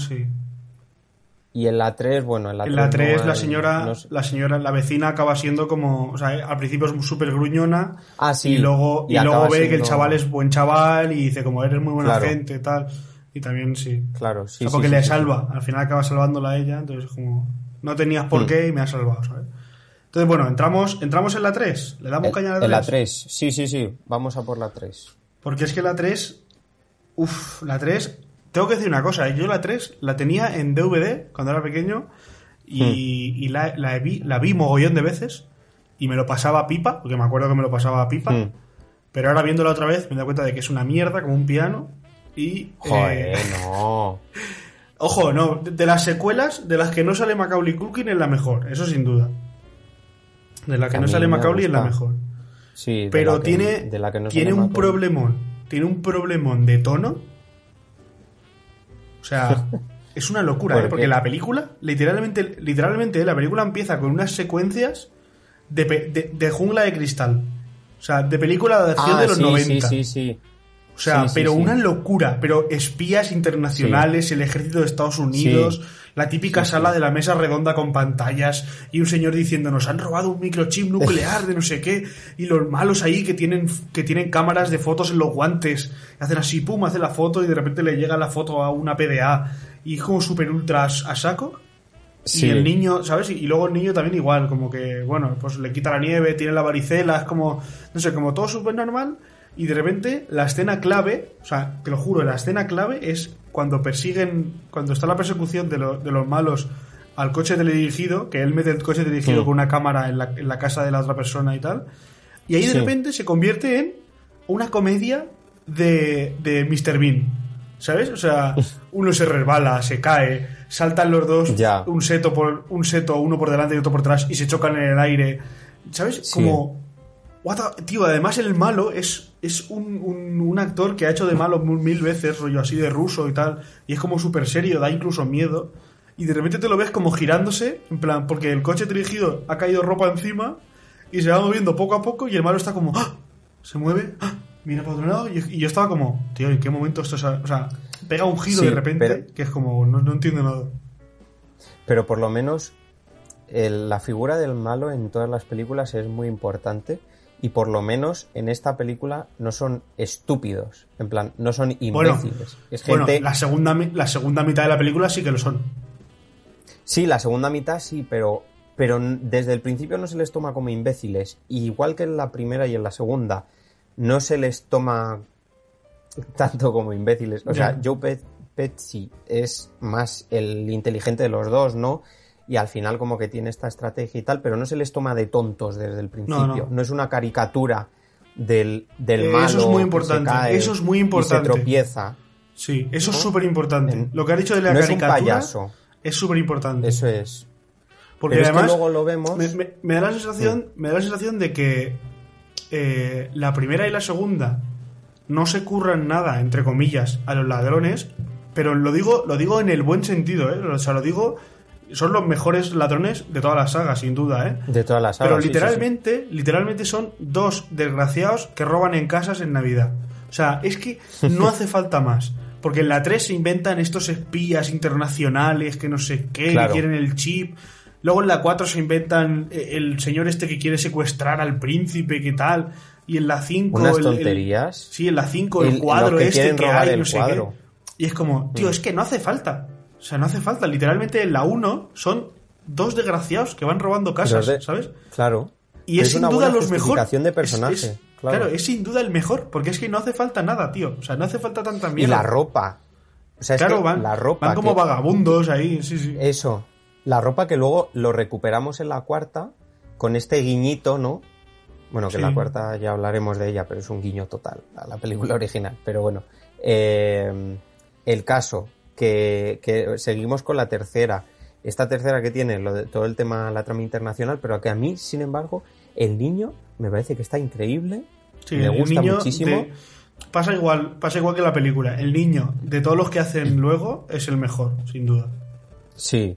Y en la 3, bueno, en la 3 la vecina acaba siendo como, o sea, al principio es súper gruñona, y luego ve que el chaval es buen chaval y dice como eres muy buena gente, tal, y también claro, porque le salva, al final acaba salvándola a ella, entonces como no tenías por qué y me has salvado, ¿sabes? Entonces bueno, entramos en la 3, le damos caña a la 3. En la 3, sí, vamos a por la 3. Porque es que la 3, la 3, tengo que decir una cosa, yo la 3 la tenía en DVD cuando era pequeño y la vi mogollón de veces y me lo pasaba pipa, porque me acuerdo que me lo pasaba pipa, pero ahora viéndola otra vez me doy cuenta de que es una mierda, como un piano y... Joder, no... Ojo, no, de las secuelas, de las que no sale Macaulay Culkin es la mejor, eso sin duda. De la que no sale Macaulay es la mejor. Sí, pero tiene un problemón. Tiene un problemón de tono. O sea, es una locura, porque la película, literalmente la película empieza con unas secuencias de Jungla de Cristal. O sea, de película de acción de los 90. Sí. O sea, pero una locura. Pero espías internacionales, el ejército de Estados Unidos, la típica sala de la mesa redonda con pantallas y un señor diciendo nos han robado un microchip nuclear de no sé qué, y los malos ahí que tienen cámaras de fotos en los guantes, hacen así, pum, hace la foto y de repente le llega la foto a una PDA y es como súper ultra a saco. Y el niño, ¿sabes? Y luego el niño también igual, como que, bueno, pues le quita la nieve, tiene la varicela, es como, no sé, como todo súper normal. Y de repente la escena clave, o sea, te lo juro, la escena clave es cuando está la persecución de los malos al coche teledirigido, que él mete el coche teledirigido con una cámara en la casa de la otra persona y tal, y ahí de repente se convierte en una comedia de Mr. Bean, ¿sabes? O sea, uno se resbala, se cae, saltan los dos, un seto, uno por delante y otro por detrás, y se chocan en el aire, ¿sabes? Como... Tío, además el malo es un actor que ha hecho de malo mil veces, rollo así de ruso y tal, y es como súper serio, da incluso miedo, y de repente te lo ves como girándose, en plan, porque el coche dirigido ha caído ropa encima, y se va moviendo poco a poco, y el malo está como, ¡ah! Se mueve, ¡ah! Mira para otro lado, y yo estaba como, tío, ¿en qué momento esto es? O sea, pega un giro de repente, que es como, no entiendo nada. Pero por lo menos, la figura del malo en todas las películas es muy importante. Y por lo menos en esta película no son estúpidos, en plan, no son imbéciles. Es gente... la segunda mitad de la película sí que lo son. Sí, la segunda mitad sí, pero desde el principio no se les toma como imbéciles. Y igual que en la primera y en la segunda, no se les toma tanto como imbéciles. O sea, Joe Pesci es más el inteligente de los dos, ¿no? Y al final como que tiene esta estrategia y tal, pero no se les toma de tontos desde el principio. No es una caricatura del malo. Eso es muy importante. Eso es muy importante. Y se tropieza. Sí, eso es súper importante. Lo que ha dicho de la caricatura es un payaso. Es súper importante. Eso es. Porque pero además es que luego lo vemos. Me da la sensación de que la primera y la segunda no se curran nada, entre comillas, a los ladrones, pero lo digo en el buen sentido, ¿eh? O sea, lo digo... Son los mejores ladrones de toda la saga, sin duda, ¿eh? De toda la saga. Pero literalmente son dos desgraciados que roban en casas en Navidad. O sea, es que no hace falta más. Porque en la 3 se inventan estos espías internacionales que no sé qué, que quieren el chip. Luego en la 4 se inventan el señor este que quiere secuestrar al príncipe, ¿qué tal? Y en la 5... Unas tonterías. Sí, en la 5 el cuadro este que hay, no sé qué. Y es como, tío, es que no hace falta. O sea, no hace falta. Literalmente en la 1 son dos desgraciados que van robando casas, ¿sabes? Claro. Y es sin duda los mejores. De personaje. Claro, es sin duda el mejor. Porque es que no hace falta nada, tío. O sea, no hace falta tanta mierda. Y la ropa. O sea, claro, es que la ropa van como vagabundos ahí, sí. Eso. La ropa que luego lo recuperamos en la 4 con este guiñito, ¿no? Bueno, que en la 4 ya hablaremos de ella, pero es un guiño total a la película original. Pero bueno. El caso... Que seguimos con la tercera. Esta tercera que tiene todo el tema, la trama internacional, pero que a mí, sin embargo, el niño me parece que está increíble. Sí, me gusta muchísimo. Pasa igual que la película. El niño, de todos los que hacen luego, es el mejor, sin duda. Sí.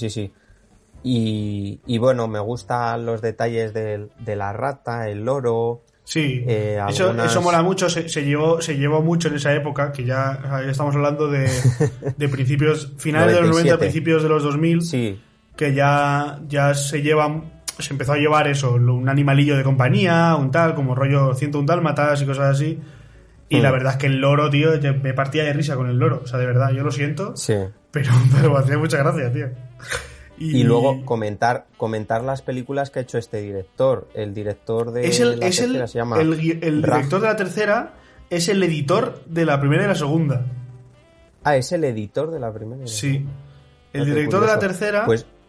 Y bueno, me gustan los detalles de la rata, el loro. Sí, eso mola mucho, se llevó mucho en esa época, que ya estamos hablando de principios, finales 97. De los 90, principios de los 2000, que ya se empezó a llevar eso, un animalillo de compañía, un tal, como rollo 101 dálmatas y cosas así, y la verdad es que el loro, tío, me partía de risa con el loro, o sea, de verdad, yo lo siento, pero me hacía mucha gracia, tío. Y luego comentar las películas que ha hecho este director. El director de la tercera se llama... El director de la tercera es el editor de la primera y la segunda. Ah, es el editor de la primera y la segunda. Sí. El director de la tercera...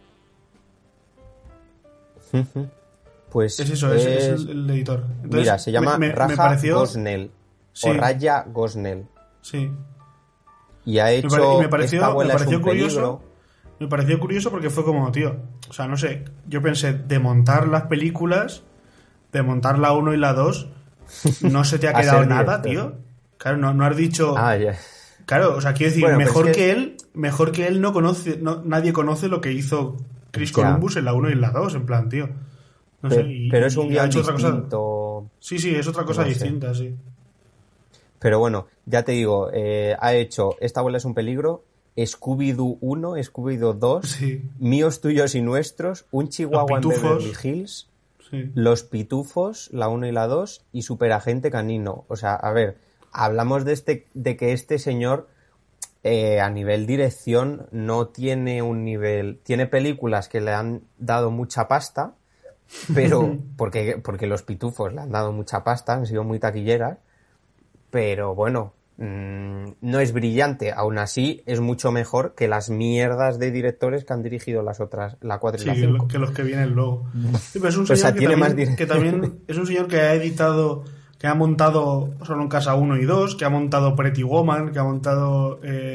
Pues es eso, es el editor. Entonces, mira, se llama Raja Gosnell. O Raya Gosnell. Sí. Y ha hecho... Me pareció curioso. Me pareció curioso porque fue como, tío, o sea, no sé, yo pensé, de montar las películas, de montar la 1 y la 2, no se te ha quedado nada, tío. Claro, no has dicho... Claro, o sea, quiero decir, mejor que él no conoce, nadie conoce lo que hizo Chris Columbus en la 1 y en la 2, en plan, tío. No sé, pero es un guion distinto. Sí, es otra cosa distinta, sí. Pero bueno, ya te digo, ha hecho Esta abuela es un peligro, Scooby-Doo 1, Scooby-Doo 2, Sí. Míos, tuyos y nuestros, Un chihuahua en Beverly Hills, Sí. Los Pitufos, la 1 y la 2, y Superagente Canino. O sea, a ver, hablamos de que este señor a nivel dirección no tiene un nivel... Tiene películas que le han dado mucha pasta, pero porque Los Pitufos le han dado mucha pasta, han sido muy taquilleras, pero bueno, no es brillante. Aún así, es mucho mejor que las mierdas de directores que han dirigido las otras, la 4 y la 5. Que los que vienen luego. Sí, pero es un O sea, señor tiene que también es un señor que ha editado, que ha montado Solo en Casa 1 y 2, que ha montado Pretty Woman, que ha montado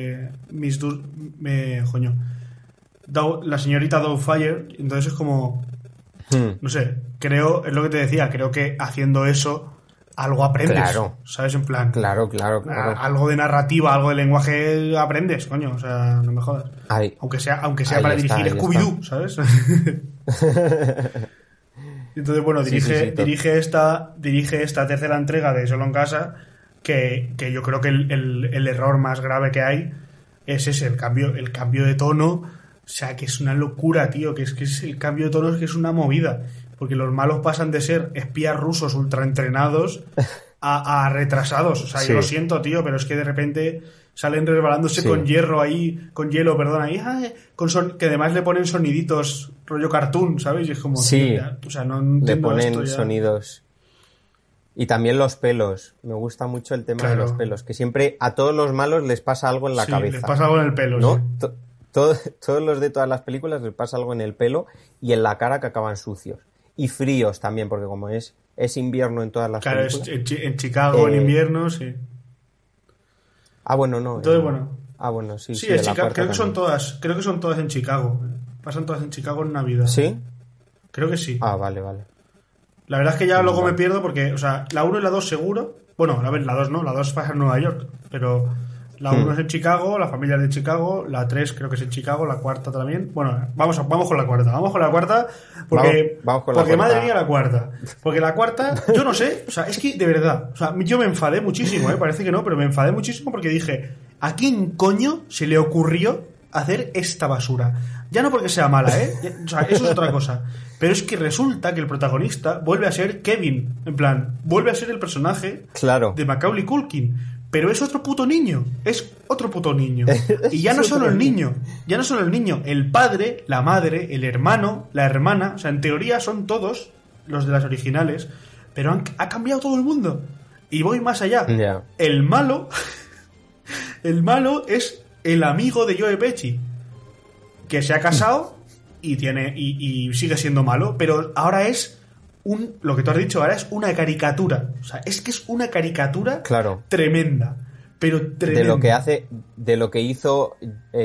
la señorita Doubtfire. Entonces es como, no sé, es lo que te decía, creo que haciendo eso algo aprendes, claro. ¿Sabes? En plan, claro. Algo de narrativa, algo de lenguaje aprendes, coño, o sea, no me jodas. Aunque sea para dirigir Scooby-Doo, ¿sabes? Entonces, bueno, dirige esta tercera entrega de Solo en Casa, que yo creo que el error más grave que hay es ese, el cambio de tono. O sea, que es una locura, tío, que es el cambio de tono, es que es una movida. Porque los malos pasan de ser espías rusos ultraentrenados a retrasados. O sea, yo lo siento, tío, pero es que de repente salen resbalándose con hielo, ahí, que además le ponen soniditos rollo cartoon, ¿sabes? Y es como, sí, tío, o sea, no entiendo le ponen esto ya. sonidos. Y también los pelos. Me gusta mucho el tema de los pelos, que siempre a todos los malos les pasa algo en la cabeza. Les pasa algo en el pelo, ¿no? Sí. Todos los de todas las películas les pasa algo en el pelo y en la cara, que acaban sucios. Y fríos también, porque como es invierno en todas las películas. Claro, en Chicago en invierno, sí. Bueno, no. Entonces, bueno. Bueno, sí. Sí, en Chicago, creo que son todas en Chicago. Pasan todas en Chicago en Navidad. ¿Sí? Creo que sí. Vale. La verdad es que ya luego me pierdo porque, o sea, la 1 y la 2 seguro. Bueno, a ver, la 2 no, la 2 pasa en Nueva York, pero la 1 es en Chicago, la familia es de Chicago, la 3 creo que es en Chicago, la 4 también. Bueno, vamos con la cuarta. Vamos con la cuarta porque madre mía, la cuarta. Porque la cuarta, yo no sé, o sea, es que de verdad, o sea, yo me enfadé muchísimo, parece que no, pero me enfadé muchísimo porque dije, ¿a quién coño se le ocurrió hacer esta basura? Ya no porque sea mala, o sea, eso es otra cosa. Pero es que resulta que el protagonista vuelve a ser Kevin. En plan, vuelve a ser el personaje de Macaulay Culkin. Pero es otro puto niño. Es otro puto niño. Y ya no solo el niño. Ya no solo el niño. El padre, la madre, el hermano, la hermana. O sea, en teoría son todos los de las originales. Pero ha cambiado todo el mundo. Y voy más allá. Yeah. El malo es el amigo de Joe Pesci, que se ha casado y sigue siendo malo, pero ahora es lo que tú has dicho, ahora es una caricatura. O sea, es que es una caricatura tremenda, pero tremenda. De lo que hizo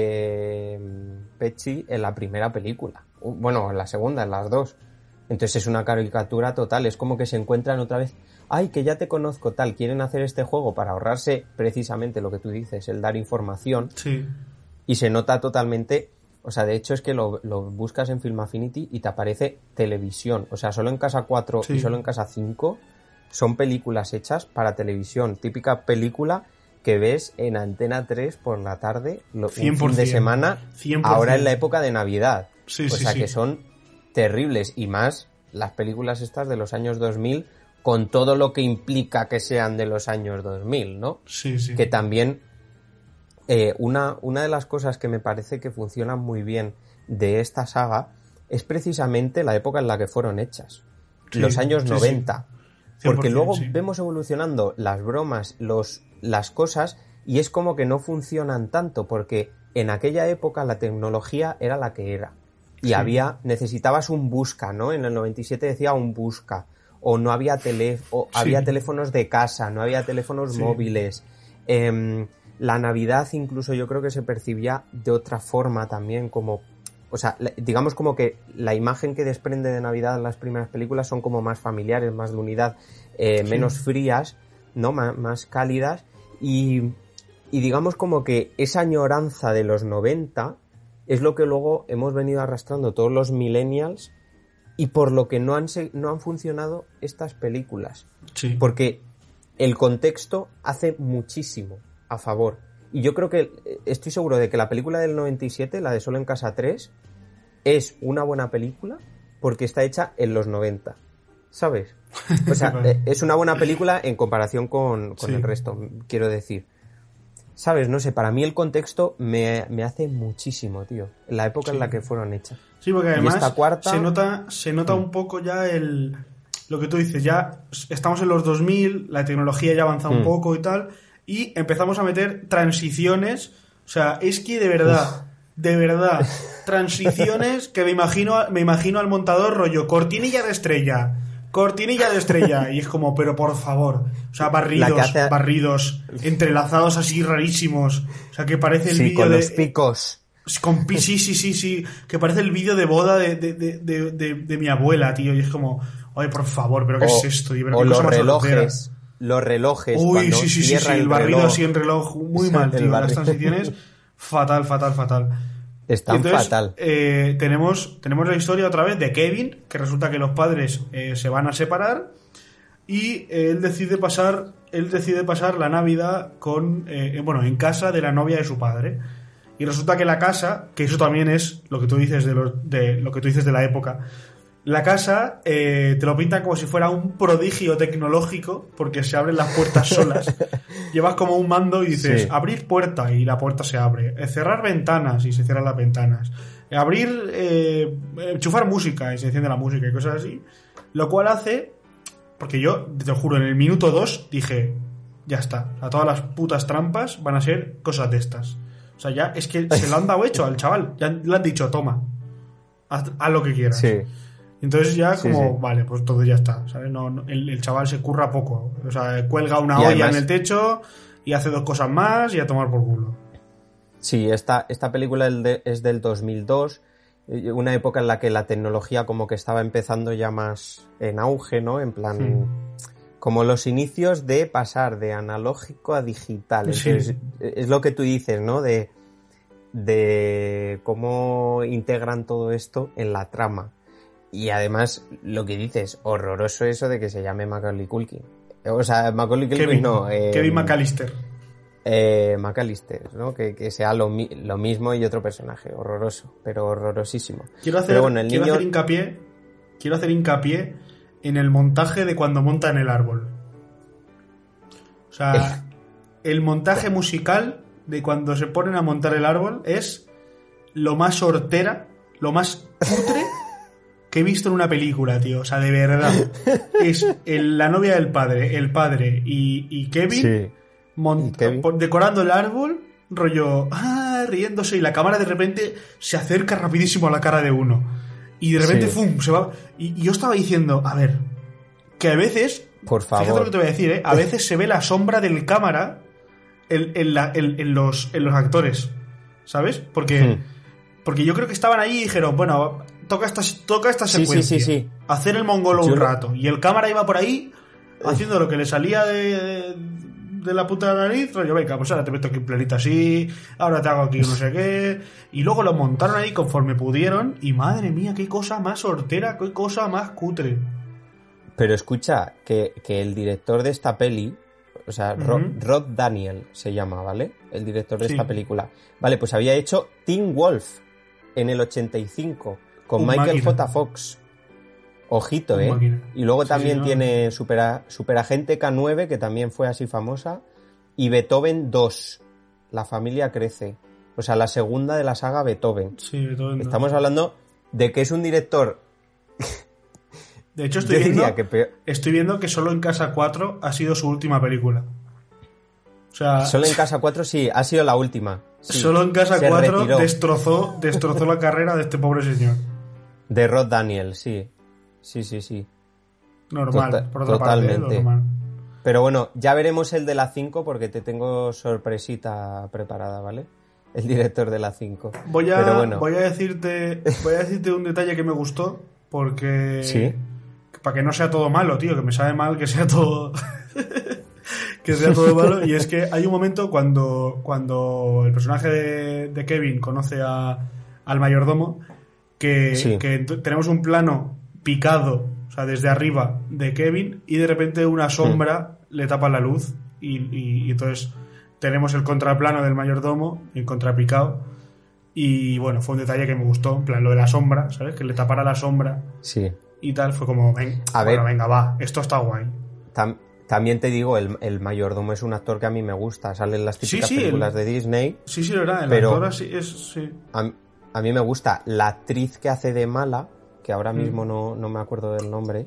Pesci en la primera película. Bueno, en la segunda, en las dos. Entonces es una caricatura total, es como que se encuentran otra vez. Ay, que ya te conozco, tal. Quieren hacer este juego para ahorrarse precisamente lo que tú dices, el dar información. Sí. Y se nota totalmente. O sea, de hecho es que lo buscas en Film Affinity y te aparece televisión. O sea, Solo en Casa 4 y Solo en Casa 5 son películas hechas para televisión. Típica película que ves en Antena 3 por la tarde, un fin de semana, 100%. Ahora en la época de Navidad. Sí, o sea, que son terribles. Y más las películas estas de los años 2000, con todo lo que implica que sean de los años 2000, ¿no? Sí, sí. Que también... una de las cosas que me parece que funcionan muy bien de esta saga es precisamente la época en la que fueron hechas, los años 90, porque luego vemos evolucionando las bromas, las cosas, y es como que no funcionan tanto, porque en aquella época la tecnología era la que era, y necesitabas un busca, ¿no? En el 97 decía un busca, o no había había teléfonos de casa, no había teléfonos móviles. La Navidad incluso yo creo que se percibía de otra forma también, como, o sea, digamos como que la imagen que desprende de Navidad en las primeras películas son como más familiares, más de unidad, menos frías, ¿no? Más cálidas, y digamos como que esa añoranza de los 90 es lo que luego hemos venido arrastrando todos los millennials, y por lo que no han funcionado estas películas. Sí. Porque el contexto hace muchísimo a favor. Y yo creo que, estoy seguro de que la película del 97, la de Solo en Casa 3, es una buena película porque está hecha en los 90, ¿sabes? O sea, es una buena película en comparación con el resto, quiero decir. ¿Sabes? No sé, para mí el contexto me hace muchísimo, tío, en la época en la que fueron hechas. Sí, porque además esta cuarta... se nota un poco ya lo que tú dices, ya estamos en los 2000, la tecnología ya avanza un poco y tal, y empezamos a meter transiciones, o sea, es que de verdad, transiciones que me imagino al montador rollo, cortinilla de estrella, y es como, pero por favor, o sea, barridos, entrelazados así rarísimos, o sea, que parece el vídeo con los picos. Sí, que parece el vídeo de boda de mi abuela, tío, y es como, oye, por favor, pero ¿qué es esto? O los relojes. Uy, sí, el barrido reloj. así en reloj, muy mal, tío, las transiciones, fatal. Están fatal. Tenemos la historia otra vez de Kevin, que resulta que los padres se van a separar y él decide pasar la Navidad en casa de la novia de su padre. Y resulta que la casa, que eso también es lo que tú dices de lo que tú dices de la época, la casa te lo pintan como si fuera un prodigio tecnológico porque se abren las puertas solas. Llevas como un mando y dices, abrir puerta y la puerta se abre, cerrar ventanas y se cierran las ventanas, enchufar música y se enciende la música y cosas así, lo cual hace, porque yo te lo juro, en el minuto 2 dije, ya está, o sea, todas las putas trampas van a ser cosas de estas. O sea, ya es que se lo han dado hecho al chaval, ya le han dicho, toma, haz lo que quieras. Sí. Entonces ya vale, pues todo ya está, ¿sabes? No, el chaval se curra poco. O sea, cuelga una olla además, en el techo y hace 2 cosas más y a tomar por culo. Sí, esta película es del 2002, una época en la que la tecnología como que estaba empezando ya más en auge, ¿no? En plan, como los inicios de pasar de analógico a digital. Entonces, es lo que tú dices, ¿no? De cómo integran todo esto en la trama. Y además, lo que dices, horroroso eso de que se llame Macaulay Culkin. O sea, Macaulay Culkin Kevin McAllister. McAllister, ¿no? Que sea lo mismo y otro personaje. Horroroso, pero horrorosísimo. Quiero hacer hincapié en el montaje de cuando montan el árbol. O sea, el montaje musical de cuando se ponen a montar el árbol es lo más hortera, lo más cutre que he visto en una película, tío. O sea, de verdad. Es la novia del padre, el padre y Kevin, decorando el árbol, rollo, riéndose, y la cámara de repente se acerca rapidísimo a la cara de uno. Y de repente, ¡fum!, se va. Y yo estaba diciendo, a ver, que a veces, por favor, fíjate lo que te voy a decir, a veces se ve la sombra del cámara en los actores, ¿sabes? Porque yo creo que estaban ahí y dijeron, bueno, toca esta secuencia, sí. hacer el mongolo un rato, y el cámara iba por ahí haciendo lo que le salía de la puta nariz, rollo, venga, pues ahora te meto aquí un planito así, ahora te hago aquí no sé qué, y luego lo montaron ahí conforme pudieron, y madre mía, qué cosa más hortera, qué cosa más cutre. Pero escucha, que el director de esta peli, o sea, Rod Daniel se llama, ¿vale? El director de esta película. Vale, pues había hecho Teen Wolf en el 85 con Michael J. Fox. Ojito, ¿eh? Y luego también tiene Superagente K9, que también fue así famosa, y Beethoven 2, La familia crece. O sea, la segunda de la saga Beethoven. Sí, Beethoven 2. Estamos hablando de que es un director... De hecho, estoy viendo que Solo en Casa 4 ha sido su última película. O sea, Solo en Casa 4 sí, ha sido la última. Sí, Solo en Casa 4 destrozó la carrera de este pobre señor. De Rod Daniel, sí. Sí. Normal, por otra parte, normal. Pero bueno, ya veremos el de la 5 porque te tengo sorpresita preparada, ¿vale? El director de la 5. Voy a decirte un detalle que me gustó, porque... ¿Sí? Para que no sea todo malo, tío, que me sabe mal que sea todo... que sea todo malo, y es que hay un momento cuando el personaje de Kevin conoce al mayordomo, que tenemos un plano picado, o sea, desde arriba de Kevin, y de repente una sombra le tapan la luz y entonces tenemos el contraplano del mayordomo, el contrapicado, y bueno, fue un detalle que me gustó, en plan lo de la sombra, ¿sabes? Que le tapara la sombra y tal, fue como, venga, va, esto está guay. También te digo, el mayordomo es un actor que a mí me gusta, sale en las típicas películas de Disney. Sí, verdad, el actor así es, sí. A mí me gusta la actriz que hace de mala, que ahora mismo no me acuerdo del nombre,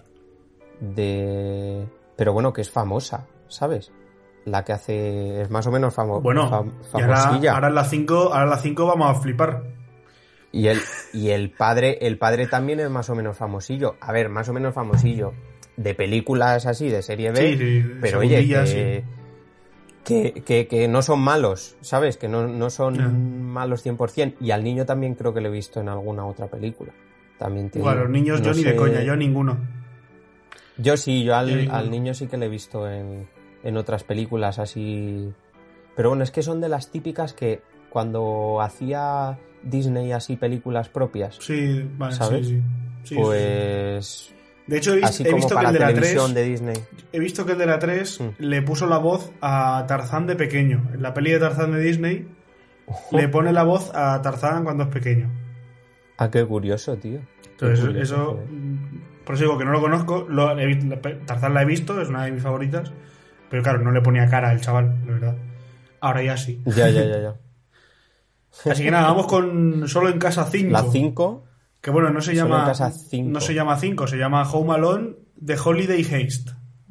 pero bueno, que es famosa, ¿sabes? La que hace es más o menos famosilla. Y ahora en la 5 vamos a flipar. Y el padre también es más o menos famosillo. A ver, más o menos famosillo. De películas así, de serie B, pero oye, que no son malos, ¿sabes? Que no son malos 100%. Y al niño también creo que lo he visto en alguna otra película. También te digo, los niños yo ni de coña, yo ninguno. Yo sí, al niño sí que lo he visto en otras películas así. Pero bueno, es que son de las típicas que cuando hacía Disney así películas propias, ¿sabes? Sí, pues... De hecho, he visto que el de la 3 de Disney. He visto que el de la 3 le puso la voz a Tarzán de pequeño. En la peli de Tarzán de Disney le pone la voz a Tarzán cuando es pequeño. Ah, qué curioso, tío. Entonces, eso... Por eso digo que no lo conozco. Tarzán la he visto, es una de mis favoritas. Pero claro, no le ponía cara al chaval, la verdad. Ahora ya sí. Ya. Así que nada, vamos con Solo en Casa 5. La 5... Que bueno, no se llama 5, se llama Home Alone The Holiday Heist.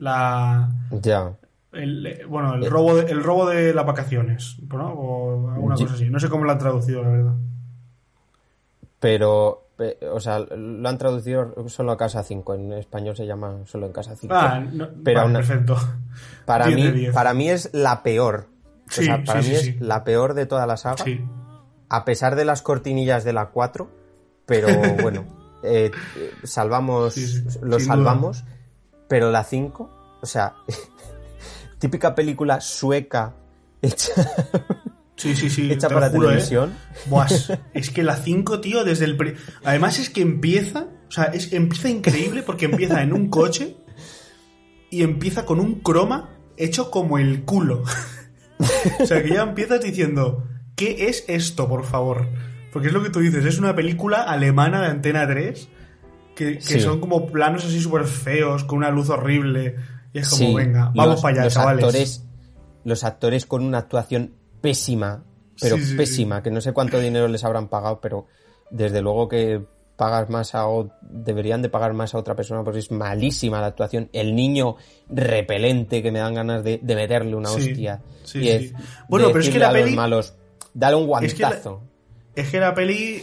El robo de las vacaciones, ¿no? O alguna cosa así. No sé cómo lo han traducido, la verdad. Pero, o sea, lo han traducido solo a Casa 5. En español se llama Solo en Casa 5. Pero perfecto. Para mí es la peor. Es la peor de toda la saga. Sí. A pesar de las cortinillas de la 4. Pero bueno, salvamos, pero la 5, o sea, típica película sueca hecha, hecha para televisión. Buah, es que la 5, tío, además es que empieza increíble porque empieza en un coche y empieza con un croma hecho como el culo. O sea, que ya empiezas diciendo, ¿qué es esto, por favor? Porque es lo que tú dices, es una película alemana de Antena 3 que son como planos así súper feos, con una luz horrible. Y es como, venga, vamos para allá, chavales. Los actores con una actuación pésima, pero pésima, que no sé cuánto dinero les habrán pagado, pero desde luego que pagas más deberían de pagar más a otra persona porque es malísima la actuación. El niño repelente que me dan ganas de meterle una hostia. Bueno, pero es que la peli... malos, dale un guantazo. Es que la peli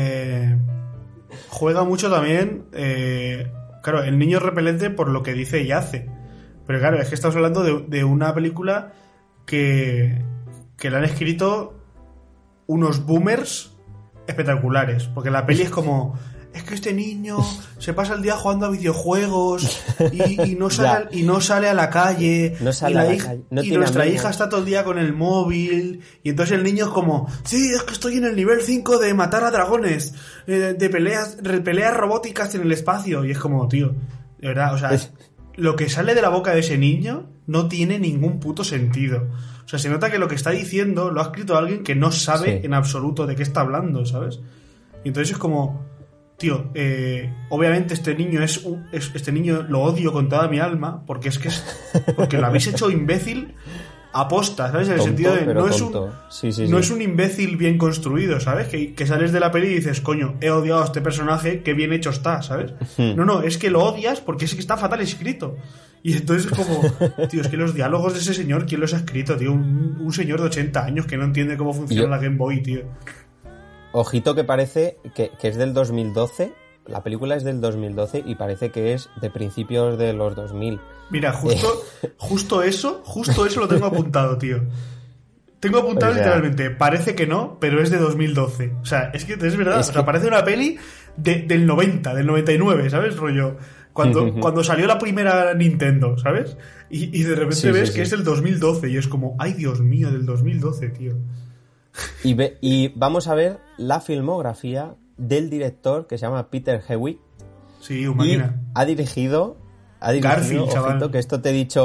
juega mucho también, claro, el niño es repelente por lo que dice y hace. Pero claro, es que estamos hablando de una película que la han escrito unos boomers espectaculares. Porque la peli es como... Es que este niño se pasa el día jugando a videojuegos y no sale a la calle. Y nuestra hija está todo el día con el móvil. Y entonces el niño es como, sí, es que estoy en el nivel 5 de matar a dragones, de peleas robóticas en el espacio. Y es como, tío, de verdad, o sea, lo que sale de la boca de ese niño no tiene ningún puto sentido. O sea, se nota que lo que está diciendo lo ha escrito alguien que no sabe en absoluto de qué está hablando, ¿sabes? Y entonces es como... Tío, obviamente este niño lo odio con toda mi alma porque porque lo habéis hecho imbécil aposta, ¿sabes? En el sentido de no es un imbécil bien construido, ¿sabes? Que sales de la peli y dices, coño, he odiado a este personaje, qué bien hecho está, ¿sabes? No, es que lo odias porque es que está fatal escrito. Y entonces es como, tío, es que los diálogos de ese señor, ¿quién los ha escrito, tío? Un señor de 80 años que no entiende cómo funciona la Game Boy, tío. Ojito que parece que es del 2012, la película es del 2012 y parece que es de principios de los 2000. Mira, justo eso lo tengo apuntado, tío. Tengo apuntado literalmente, parece que no, pero es de 2012. O sea, es que es verdad, parece una peli del 90, del 99, ¿sabes? Rollo, cuando salió la primera Nintendo, ¿sabes? Y de repente ves que es del 2012 y es como, ay Dios mío, del 2012, tío. Y vamos a ver la filmografía del director que se llama Peter Hewitt. Sí, un máquina. Ha dirigido Garfield, ojito, chaval. Que esto te he dicho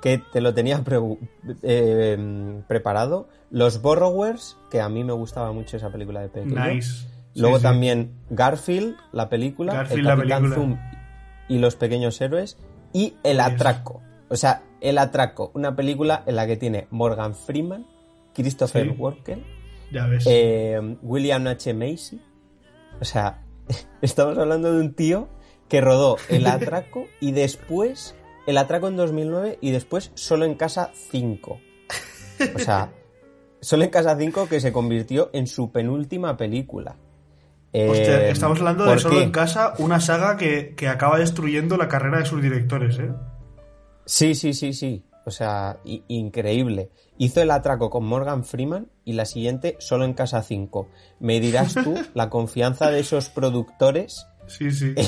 que te lo tenía preparado. Los Borrowers, que a mí me gustaba mucho esa película de pequeño. Nice. Luego también Garfield, la película. Garfield, el Capitán la película. Zoom y los pequeños héroes. Y El Atraco. O sea, El Atraco, una película en la que tiene Morgan Freeman, Christopher Walken, ya ves. William H. Macy. O sea, estamos hablando de un tío que rodó El Atraco y después El Atraco en 2009 y después Solo en Casa 5. O sea, Solo en Casa 5 que se convirtió en su penúltima película. Hostia, estamos hablando de Solo qué? en Casa, una saga que acaba destruyendo la carrera de sus directores, ¿eh? Sí. O sea, increíble. Hizo El Atraco con Morgan Freeman y la siguiente Solo en Casa 5. Me dirás tú la confianza de esos productores. Sí.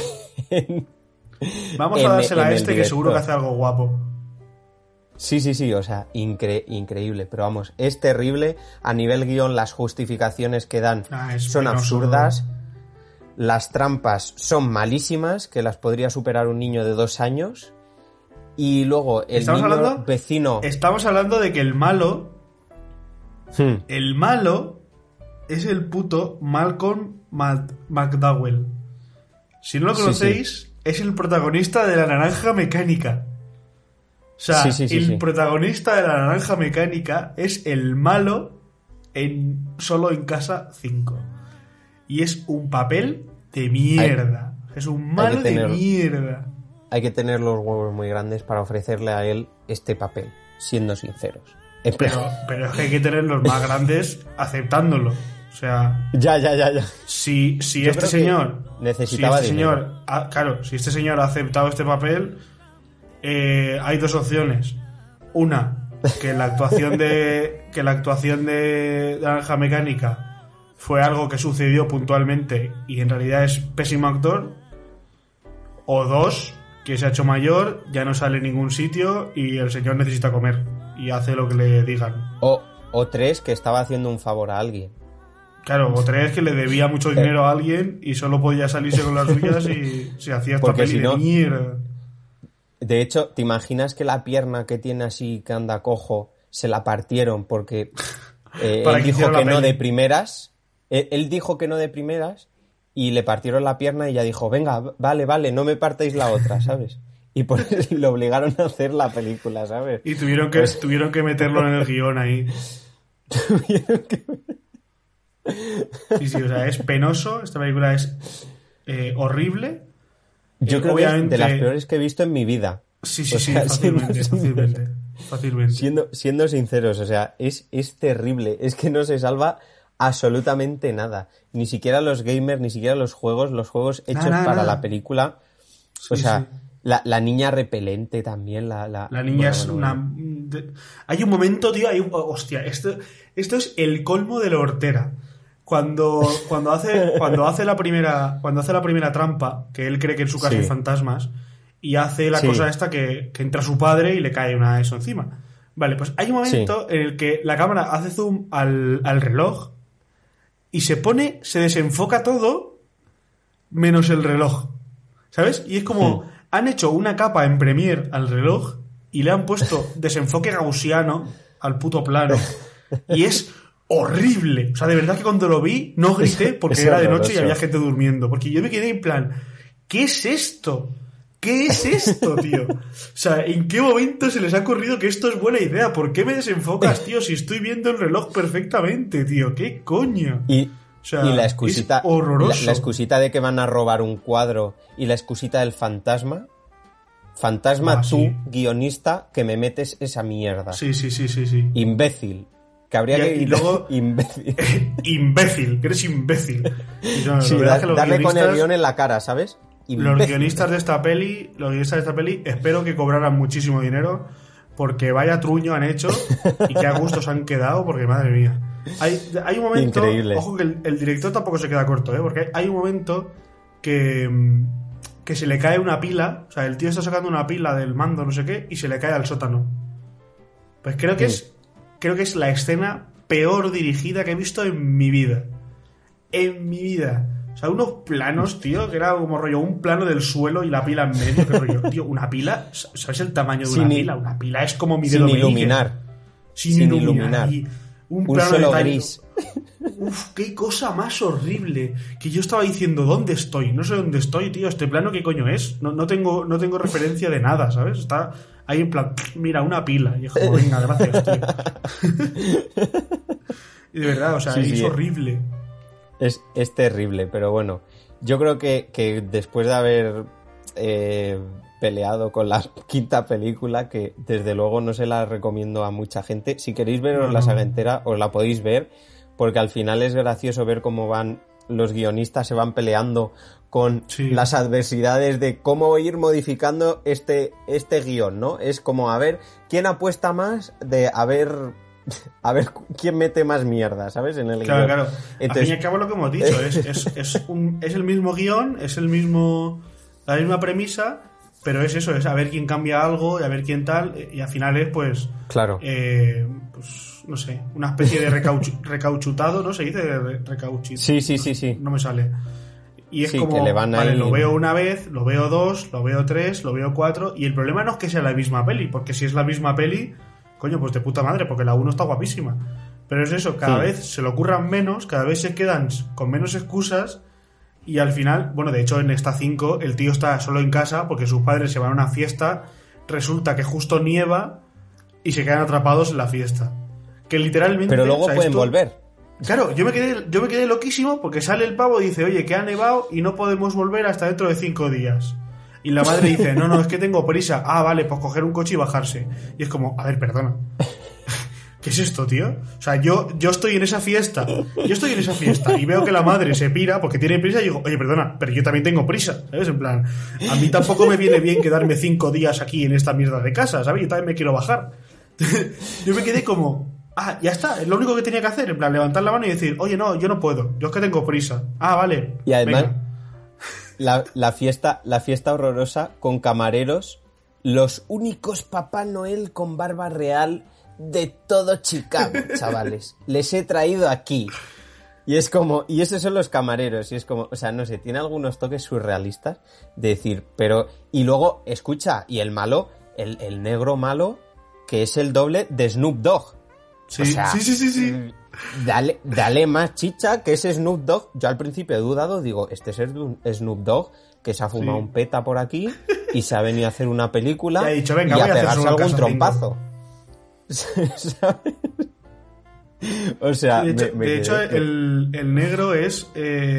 Vamos a dársela a este que seguro que hace algo guapo. Sí, o sea, increíble. Pero vamos, es terrible. A nivel guión, las justificaciones que dan son absurdas. Las trampas son malísimas, que las podría superar un niño de 2 años. Y luego el niño vecino... Estamos hablando de que el malo... El malo es el puto Malcolm McDowell. Si no lo conocéis, es el protagonista de La Naranja Mecánica. O sea, el protagonista de La Naranja Mecánica es el malo en Solo en Casa 5. Y es un papel de mierda. Es un malo de mierda. Hay que tener los huevos muy grandes para ofrecerle a él este papel, siendo sinceros. Pero es que hay que tener los más grandes aceptándolo. O sea... Ya. Si este señor... Necesitaba dinero. Si este señor ha aceptado este papel, hay 2 opciones. Una, que la actuación de Naranja Mecánica fue algo que sucedió puntualmente y en realidad es pésimo actor. O 2, que se ha hecho mayor, ya no sale en ningún sitio y el señor necesita comer y hace lo que le digan. O 3, que estaba haciendo un favor a alguien. Claro, o 3, que le debía mucho dinero a alguien y solo podía salirse con las suyas y se hacía esta peli de mierda. De hecho, ¿te imaginas que la pierna que tiene así, que anda cojo, se la partieron porque él dijo que no de primeras? Él dijo que no de primeras y le partieron la pierna y ella dijo, venga, vale, no me partáis la otra, ¿sabes? Y por eso le obligaron a hacer la película, ¿sabes? Y tuvieron que meterlo en el guión ahí. Sí, o sea, es penoso. Esta película es horrible. Yo creo que es de las peores que he visto en mi vida. Sí, fácilmente. Siendo sinceros, o sea, es terrible. Es que no se salva absolutamente nada. Ni siquiera los gamers, ni siquiera los juegos hechos para la película. O sea, la niña repelente también. La niña es una... Hay un momento, tío, hostia, esto es el colmo de la hortera. Cuando hace la primera trampa, que él cree que en su casa hay fantasmas, y hace la cosa esta que entra su padre y le cae una eso encima. Vale, pues hay un momento en el que la cámara hace zoom al reloj y se desenfoca todo menos el reloj, ¿sabes? Y es como han hecho una capa en Premiere al reloj y le han puesto desenfoque gaussiano al puto plano y es horrible. O sea, de verdad que cuando lo vi no grité porque era de noche y había gente durmiendo, porque yo me quedé en plan, ¿qué es esto? ¿Qué es esto, tío? O sea, ¿en qué momento se les ha ocurrido que esto es buena idea? ¿Por qué me desenfocas, tío, si estoy viendo el reloj perfectamente, tío? ¿Qué coño? Y la excusita, es horroroso. La excusita de que van a robar un cuadro y la excusita del fantasma, guionista, que me metes esa mierda. Sí. Imbécil. Que habría que... Y luego... Imbécil. Imbécil, que eres imbécil. Darle con el guión en la cara, ¿sabes? Los guionistas de esta peli, espero que cobraran muchísimo dinero, porque vaya truño han hecho y qué a gustos han quedado, porque madre mía. Hay un momento... Increíble. Ojo que el director tampoco se queda corto, porque hay un momento que se le cae una pila, o sea, el tío está sacando una pila del mando, no sé qué, y se le cae al sótano. Pues creo que es la escena peor dirigida que he visto en mi vida. En mi vida. O sea, unos planos, tío, que era como rollo un plano del suelo y la pila en medio, que rollo, tío, una pila, ¿sabes el tamaño de una pila? Una pila es como mi dedo sin iluminar. Sin iluminar. Y un plano suelo de gris. Uf, qué cosa más horrible. Que yo estaba diciendo, ¿dónde estoy? No sé dónde estoy, tío. ¿Este plano qué coño es? No tengo referencia de nada, ¿sabes? Está ahí en plan, mira, una pila. Y es como, venga, gracias, tío. Y de verdad, o sea, es horrible. Es terrible, pero bueno. Yo creo que después de haber peleado con la quinta película, que desde luego no se la recomiendo a mucha gente, si queréis veros la saga entera, os la podéis ver, porque al final es gracioso ver cómo van los guionistas, se van peleando con las adversidades de cómo ir modificando este guión, ¿no? Es como a ver quién apuesta más de a ver quién mete más mierda, ¿sabes? En el guión. Claro. Entonces, al fin y al cabo lo que hemos dicho, es el mismo guión, es la misma premisa, pero es eso, es a ver quién cambia algo y a ver quién tal, y al final es pues... Claro. Pues no sé, una especie de recauchutado, ¿no? Se dice recauchutado. Sí. No me sale. Y es como, que le van vale, ahí... lo veo una vez, lo veo dos, lo veo tres, lo veo cuatro, y el problema no es que sea la misma peli, porque si es la misma peli, coño, pues de puta madre, porque la 1 está guapísima. Pero es eso, cada vez se le ocurran menos, cada vez se quedan con menos excusas, y al final, bueno, de hecho en esta 5 el tío está solo en casa porque sus padres se van a una fiesta, resulta que justo nieva y se quedan atrapados en la fiesta. Que literalmente... Pero luego pueden volver. Claro, yo me quedé loquísimo porque sale el pavo y dice, oye, que ha nevado y no podemos volver hasta dentro de 5 días. Y la madre dice, no, es que tengo prisa. Ah, vale, pues coger un coche y bajarse. Y es como, a ver, perdona. ¿Qué es esto, tío? O sea, yo estoy en esa fiesta. Y veo que la madre se pira porque tiene prisa y digo, oye, perdona, pero yo también tengo prisa, ¿sabes? En plan, a mí tampoco me viene bien quedarme 5 días aquí en esta mierda de casa, ¿sabes? Yo también me quiero bajar. Yo me quedé como, ya está, es lo único que tenía que hacer, en plan, levantar la mano y decir, oye, no, yo no puedo, yo es que tengo prisa. Ah, vale. Y además, la fiesta horrorosa con camareros, los únicos Papá Noel con barba real de todo Chicago, chavales. Les he traído aquí. Y es como, y esos son los camareros, y es como, o sea, no sé, tiene algunos toques surrealistas de decir, pero, y luego, escucha, y el malo, el negro malo, que es el doble de Snoop Dogg. Sí, o sea, sí. Dale más chicha que ese Snoop Dogg. Yo al principio he dudado, digo, este es Snoop Dogg que se ha fumado un peta por aquí y se ha venido a hacer una película y, dicho, venga, y a pegarse algún trompazo. ¿Sabes? O sea, de hecho el negro es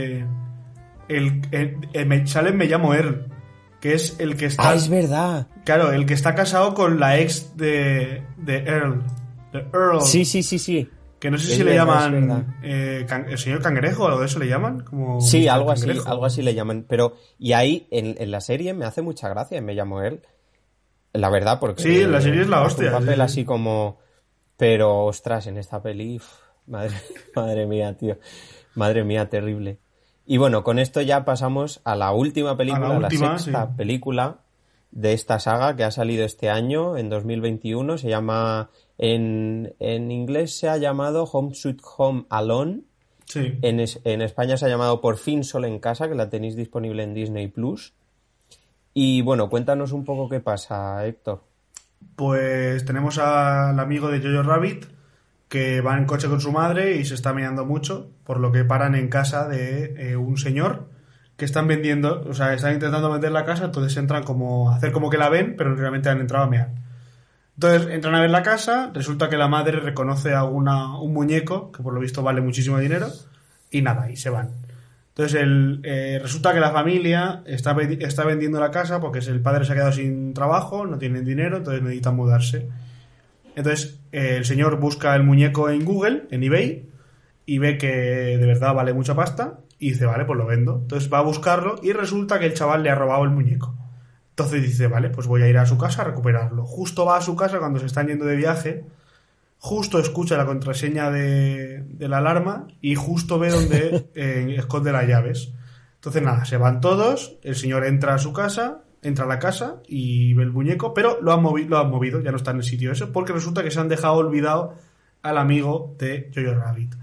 sale en Me llamo Earl, que es el que está... es verdad. Claro, el que está casado con la ex de Earl. De Earl. Sí. Que no sé si le llaman el señor cangrejo o algo de eso le llaman. Como sí, algo así le llaman. Pero, y ahí en la serie me hace mucha gracia, Me llamo Earl. La verdad, porque... Sí, en la serie es la hostia. Un papel así como... Pero, ostras, en esta peli... Madre mía, tío. Madre mía, terrible. Y bueno, con esto ya pasamos a la última película, la sexta película de esta saga que ha salido este año, en 2021. Se llama... En inglés se ha llamado Home Sweet Home Alone. Sí. En España se ha llamado Por fin solo en casa, que la tenéis disponible en Disney Plus. Y bueno, cuéntanos un poco qué pasa, Héctor. Pues tenemos al amigo de Jojo Rabbit que va en coche con su madre y se está meando mucho, por lo que paran en casa de un señor que están vendiendo, o sea, están intentando vender la casa, entonces entran como a hacer como que la ven, pero realmente han entrado a mear. Entonces entran a ver la casa, resulta que la madre reconoce a un muñeco que por lo visto vale muchísimo dinero y nada, y se van. Entonces resulta que la familia está vendiendo la casa porque el padre se ha quedado sin trabajo, no tienen dinero, entonces necesitan mudarse. Entonces el señor busca el muñeco en Google, en eBay, y ve que de verdad vale mucha pasta y dice, vale, pues lo vendo. Entonces va a buscarlo y resulta que el chaval le ha robado el muñeco. Entonces dice, vale, pues voy a ir a su casa a recuperarlo. Justo va a su casa cuando se están yendo de viaje, justo escucha la contraseña de la alarma y justo ve donde esconde las llaves. Entonces nada, se van todos, el señor entra a la casa y ve el muñeco, pero lo han movido, ya no está en el sitio ese, porque resulta que se han dejado olvidado al amigo de Jojo Rabbit.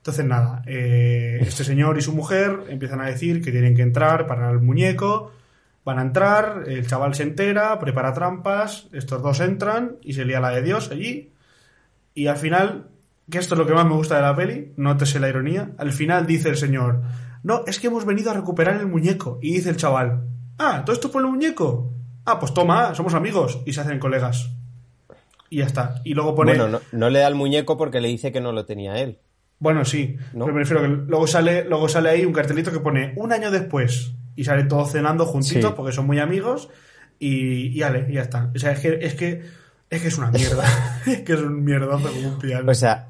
Entonces, nada, este señor y su mujer empiezan a decir que tienen que entrar para el muñeco, van a entrar, el chaval se entera, prepara trampas, estos dos entran y se lía la de Dios allí, y al final, que esto es lo que más me gusta de la peli, nótese la ironía, al final dice el señor, no, es que hemos venido a recuperar el muñeco, y dice el chaval, ¿todo esto por el muñeco? Pues toma, somos amigos, y se hacen colegas. Y ya está. Y luego pone... Bueno, no le da el muñeco porque le dice que no lo tenía él. Bueno, sí, ¿no? Pero me refiero que luego sale ahí un cartelito que pone 1 año después y sale todos cenando juntitos porque son muy amigos y ya está. O sea, es que es una mierda. Es que es un mierdazo como un piano. O sea,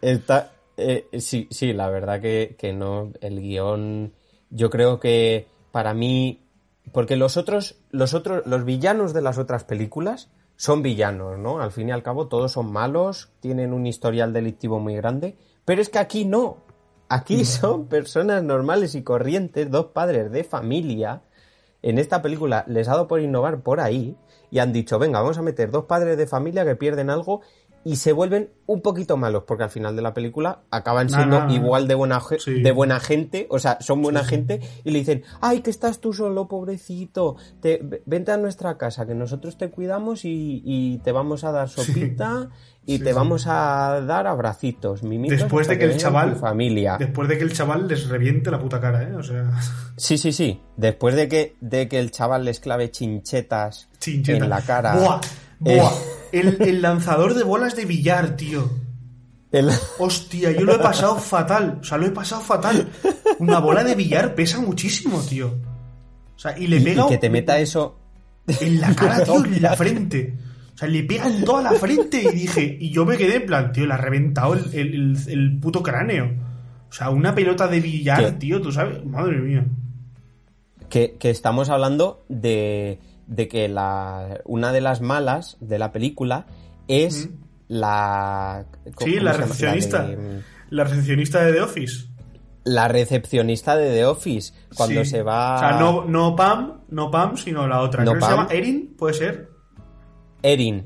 sí, la verdad que no, el guión, yo creo que para mí, porque los villanos de las otras películas son villanos, ¿no? Al fin y al cabo todos son malos, tienen un historial delictivo muy grande. Pero es que aquí no. Aquí son personas normales y corrientes, 2 padres de familia. En esta película les ha dado por innovar por ahí y han dicho, venga, vamos a meter 2 padres de familia que pierden algo y se vuelven un poquito malos, porque al final de la película acaban siendo igual de buena gente, o sea, son buena gente, y le dicen, ay, que estás tú solo, pobrecito, vente a nuestra casa, que nosotros te cuidamos y te vamos a dar sopita y te vamos a dar abracitos, mimitos, después de que el chaval, familia. Después de que el chaval les reviente la puta cara, o sea... Sí, después de que el chaval les clave chinchetas en la cara. ¡Buah! El lanzador de bolas de billar, tío. Hostia, yo lo he pasado fatal. O sea, lo he pasado fatal. Una bola de billar pesa muchísimo, tío. O sea, y le pega... Y que te meta eso... En la cara, tío, en la frente. O sea, le pega en toda la frente y dije... Y yo me quedé en plan, tío, le ha reventado el puto cráneo. O sea, una pelota de billar, tío, tú sabes... Madre mía. Que estamos hablando de que una de las malas de la película es la... Sí, la recepcionista. La recepcionista de The Office. La recepcionista de The Office. Cuando se va... O sea, no Pam, sino la otra. Creo que se llama Erin, ¿puede ser? Erin.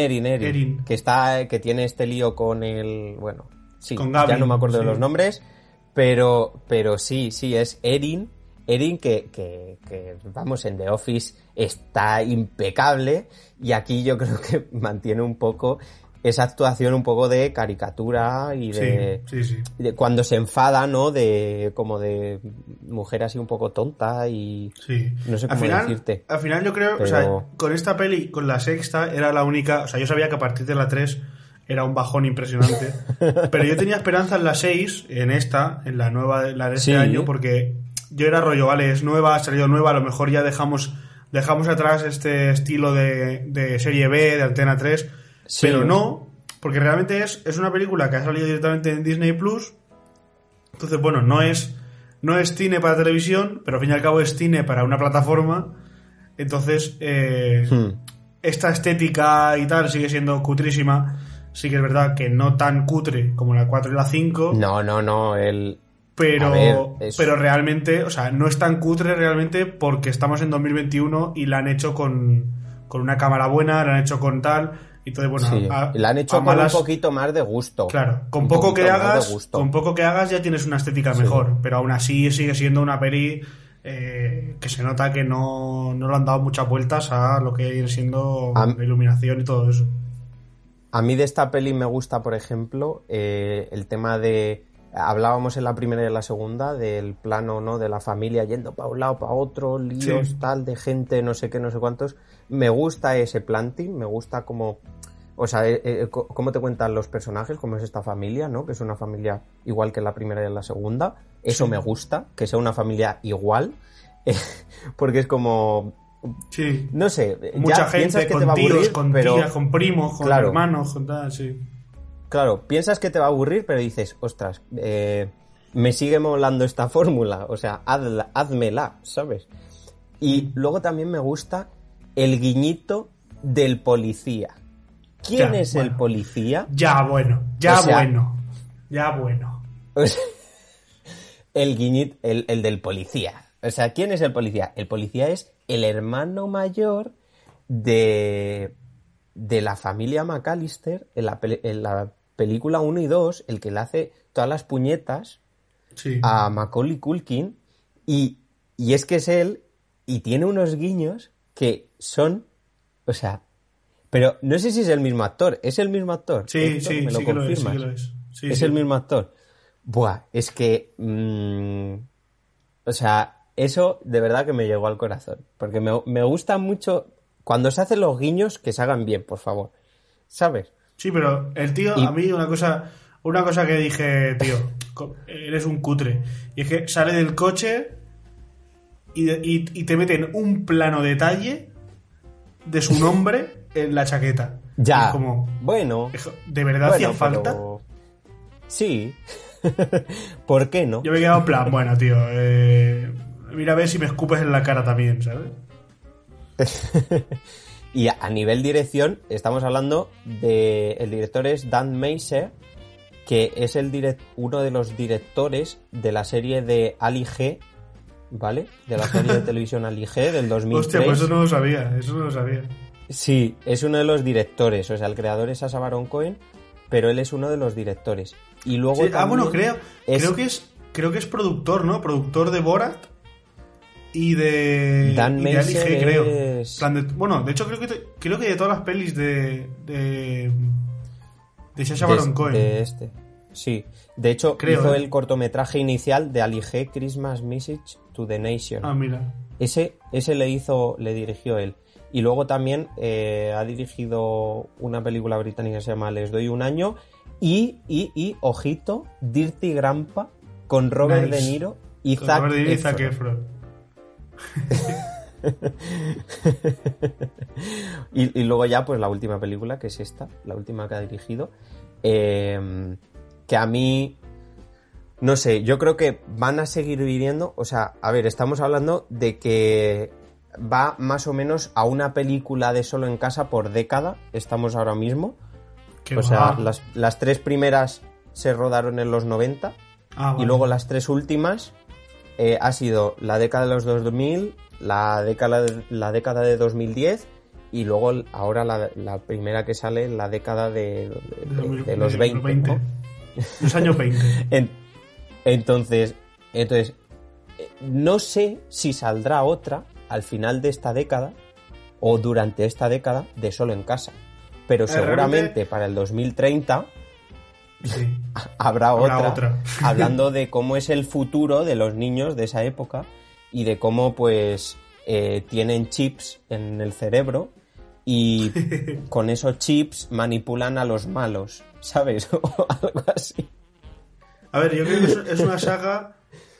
Que tiene este lío con el... Bueno, sí, con Gaby, ya no me acuerdo de los nombres, pero sí, es Erin. Erin que vamos, en The Office está impecable, y aquí yo creo que mantiene un poco esa actuación un poco de caricatura y de cuando se enfada, ¿no? Como de mujer así un poco tonta y no sé cómo decirte. Al final yo creo, o sea, con esta peli, con la sexta, era la única, o sea, yo sabía que a partir de la 3 era un bajón impresionante, pero yo tenía esperanza en la 6, en la nueva, la de este año, porque yo era rollo, vale, es nueva, ha salido nueva, a lo mejor ya dejamos atrás este estilo de serie B, de Antena 3, pero no, porque realmente es una película que ha salido directamente en Disney Plus. Entonces, bueno, no es cine para televisión, pero al fin y al cabo es cine para una plataforma. Entonces, esta estética y tal sigue siendo cutrísima. Sí que es verdad que no tan cutre como la 4 y la 5. No, pero realmente, o sea, no es tan cutre realmente porque estamos en 2021 y la han hecho con una cámara buena, la han hecho con tal, y entonces, bueno, la han hecho con un poquito más de gusto. Claro, con poco que hagas ya tienes una estética mejor, pero aún así sigue siendo una peli que se nota que no le han dado muchas vueltas a lo que viene siendo la iluminación y todo eso. A mí de esta peli me gusta, por ejemplo, el tema de... Hablábamos en la primera y en la segunda del plano, ¿no? De la familia yendo para un lado, para otro, líos, tal, de gente, no sé qué, no sé cuántos. Me gusta ese planting, me gusta cómo... O sea, cómo te cuentan los personajes, cómo es esta familia, ¿no? Que es una familia igual que en la primera y en la segunda. Eso me gusta, que sea una familia igual. Porque es como... Sí. No sé, mucha gente piensas que con te va a aburrir, tíos, con tías, con primos, con hermanos, con tal, Claro, piensas que te va a aburrir, pero dices, ostras, me sigue molando esta fórmula, o sea, házmela, ¿sabes? Y luego también me gusta el guiñito del policía. ¿Quién es el policía? Bueno. O sea, el guiñito, el del policía. O sea, ¿quién es el policía? El policía es el hermano mayor de la familia McAllister en la película 1 y 2, el que le hace todas las puñetas a Macaulay Culkin, y es que es él, y tiene unos guiños que son, o sea, pero no sé si es el mismo actor. ¿Es el mismo actor? Sí, ¿Me lo confirmas? Que lo es. Sí, es el mismo actor. Buah, es que... o sea, eso de verdad que me llegó al corazón. Porque me gusta mucho... Cuando se hacen los guiños, que se hagan bien, por favor. ¿Sabes? Sí, pero el tío, a mí una cosa que dije, tío, eres un cutre. Y es que sale del coche y te meten un plano detalle de su nombre en la chaqueta. Ya, es como, bueno. ¿De verdad hacía falta? Sí. ¿Por qué no? Yo me he quedado en plan, bueno, tío, mira a ver si me escupes en la cara también, ¿sabes? Y a nivel dirección, estamos hablando de... El director es Dan Meiser, que es uno de los directores de la serie de Ali G, ¿vale? De la serie de televisión Ali G del 2003. Hostia, pues eso no lo sabía. Sí, es uno de los directores, o sea, el creador es Sacha Baron Cohen, pero él es uno de los directores. Y luego sí, bueno, creo que es productor, ¿no? Productor de Borat y de Dan y de Ali G, creo. Es... De hecho creo que de todas las pelis de Sacha Baron Cohen. De este. Sí, de hecho hizo el cortometraje inicial de Ali G, Christmas Message to the Nation. Ah, mira. Ese le dirigió él. Y luego también ha dirigido una película británica que se llama Les doy un año y ojito, Dirty Grandpa con Robert De Niro y Zac Efron. y luego ya pues la última película, que es esta, la última que ha dirigido, que a mí no sé, yo creo que van a seguir viviendo, o sea, a ver, estamos hablando de que va más o menos a una película de Solo en Casa por década, estamos ahora mismo. Sea, las 3 primeras se rodaron en los 90 y luego las 3 últimas ha sido la década de los 2000, la década de 2010 y luego ahora la primera que sale la década de los 20. ¿No? Los años 20. Entonces, no sé si saldrá otra al final de esta década o durante esta década de Solo en Casa. Pero seguramente para el 2030 sí, habrá otra hablando de cómo es el futuro de los niños de esa época y de cómo pues tienen chips en el cerebro y con esos chips manipulan a los malos, ¿sabes? O algo así. A ver, yo creo que es una saga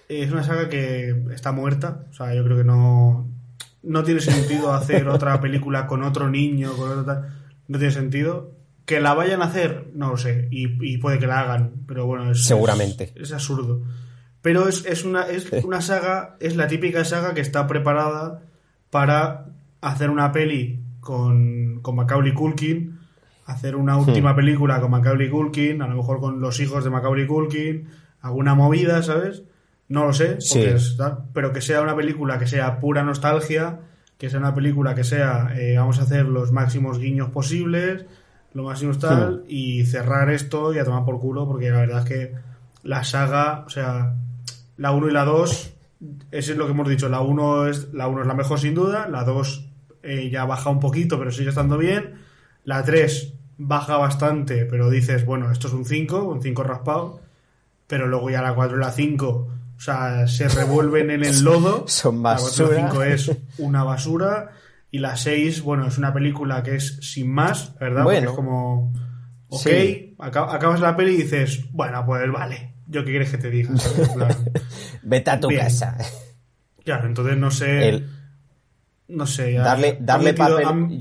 que está muerta. O sea, yo creo que no tiene sentido hacer otra película con otro niño, no tiene sentido. Que la vayan a hacer, no lo sé, y puede que la hagan, pero bueno, seguramente es absurdo. Pero es una saga, es la típica saga que está preparada para hacer una peli con Macaulay Culkin, hacer una última película con Macaulay Culkin, a lo mejor con los hijos de Macaulay Culkin, alguna movida, ¿sabes? No lo sé, sí, pero que sea una película que sea pura nostalgia, que sea una película que sea vamos a hacer los máximos guiños posibles, lo máximo tal, y cerrar esto y a tomar por culo, porque la verdad es que la saga, o sea, la 1 y la 2, eso es lo que hemos dicho, la 1 es la mejor sin duda, la 2 ya baja un poquito, pero sigue estando bien, la 3 baja bastante, pero dices, bueno, esto es un 5 raspado, pero luego ya la 4 y la 5, o sea, se revuelven en el lodo. Son basura. La 4 y la 5 es una basura. Y la 6, bueno, es una película que es sin más, ¿verdad? Bueno, porque es como, ok, sí, acabas la peli y dices, bueno, pues vale, ¿yo qué quieres que te diga? ¿Sabes? En plan, vete a tu casa. Claro, entonces no sé. No sé. Ya, darle papel.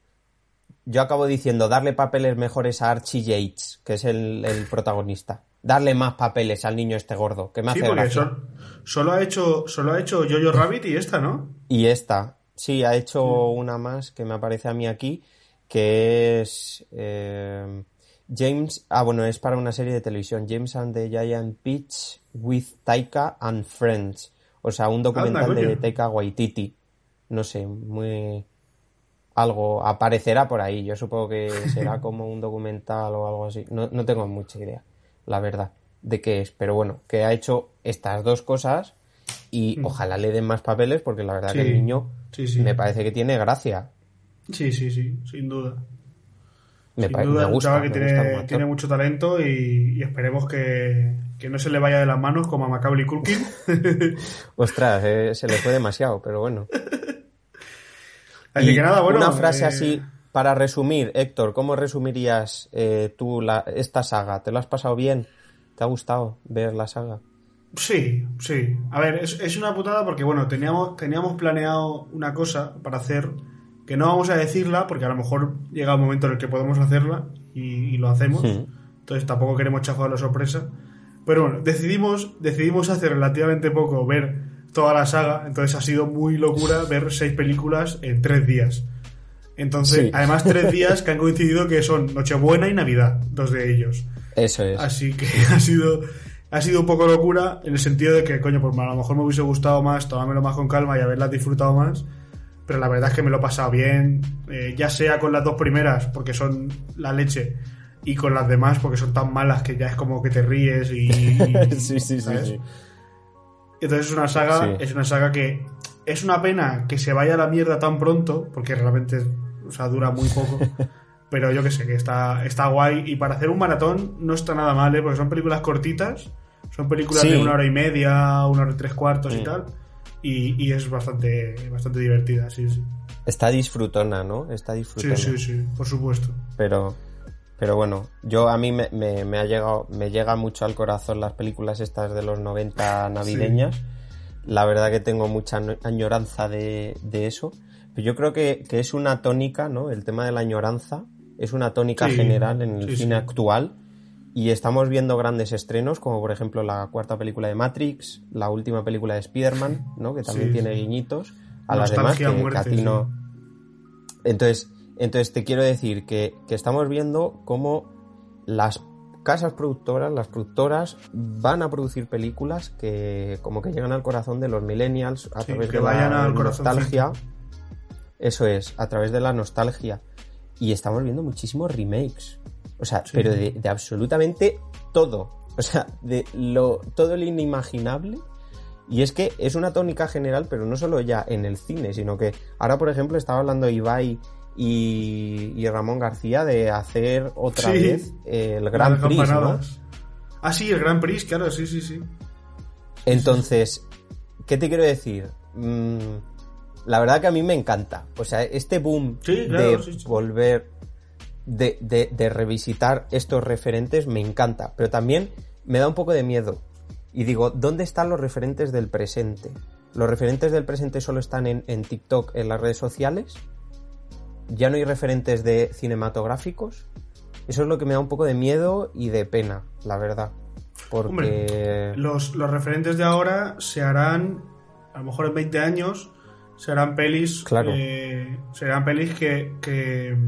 Yo acabo diciendo, darle papeles mejores a Archie Yates, que es el protagonista. Darle más papeles al niño este gordo, que me hace gracia. Solo ha hecho Jojo Rabbit y esta, ¿no? Y esta. Sí, ha hecho una más que me aparece a mí aquí, que es James... bueno, es para una serie de televisión, James and the Giant Peach with Taika and Friends. O sea, un documental de Taika Waititi. No sé, muy... algo aparecerá por ahí. Yo supongo que será como un documental o algo así. No tengo mucha idea, la verdad, de qué es. Pero bueno, que ha hecho estas dos cosas y ojalá le den más papeles porque la verdad que el niño me parece que tiene gracia. Sí, sin duda. Me gusta que tiene mucho talento y esperemos que no se le vaya de las manos como a Macaulay Culkin. Ostras, se le fue demasiado, pero bueno. Así que nada, bueno. Una frase así para resumir, Héctor, ¿cómo resumirías tú esta saga? ¿Te lo has pasado bien? ¿Te ha gustado ver la saga? Sí. A ver, es una putada porque, bueno, teníamos planeado una cosa para hacer que no vamos a decirla porque a lo mejor llega un momento en el que podemos hacerla y lo hacemos. Entonces tampoco queremos chafar la sorpresa. Pero bueno, decidimos hace relativamente poco ver toda la saga. Entonces ha sido muy locura ver 6 películas en 3 días. Entonces, además 3 días que han coincidido que son Nochebuena y Navidad, 2 de ellos. Eso es. Así que ha sido un poco locura en el sentido de que, coño, pues a lo mejor me hubiese gustado más tomármelo más con calma y haberlas disfrutado más. Pero la verdad es que me lo he pasado bien, ya sea con las 2 primeras porque son la leche y con las demás porque son tan malas que ya es como que te ríes y sí. Entonces es una saga que es una pena que se vaya a la mierda tan pronto porque realmente, o sea, dura muy poco. Pero yo que sé, que está guay y para hacer un maratón no está nada mal, porque son películas cortitas, son películas de 1 hora y media, 1 hora y 3/4 y tal. Y es bastante divertida, sí. Está disfrutona, ¿no? Sí, por supuesto. Pero bueno, a mí me llega mucho al corazón las películas estas de los 90 navideñas. Sí. La verdad que tengo mucha añoranza de eso. Pero yo creo que es una tónica, ¿no? El tema de la añoranza es una tónica general en el cine actual. Y estamos viendo grandes estrenos, como por ejemplo la 4ª película de Matrix, la última película de Spider-Man, ¿no? Que también tiene guiñitos a las demás, que a ti no. Entonces te quiero decir que estamos viendo cómo las casas productoras, las productoras, van a producir películas que como que llegan al corazón de los millennials a través de la nostalgia. Eso es, a través de la nostalgia. Y estamos viendo muchísimos remakes. O sea, pero de absolutamente todo. O sea, todo lo inimaginable. Y es que es una tónica general, pero no solo ya en el cine, sino que ahora, por ejemplo, estaba hablando Ibai y Ramón García de hacer otra vez el Grand Prix, ¿no? Ah, sí, el Grand Prix, claro, sí. Entonces, ¿qué te quiero decir? La verdad que a mí me encanta. O sea, este boom volver... De revisitar estos referentes me encanta, pero también me da un poco de miedo y digo, ¿dónde están los referentes del presente? ¿Los referentes del presente solo están en TikTok, en las redes sociales? ¿Ya no hay referentes de cinematográficos? Eso es lo que me da un poco de miedo y de pena, la verdad, porque... Hombre, los referentes de ahora se harán, a lo mejor en 20 años se harán pelis, claro. Serán pelis que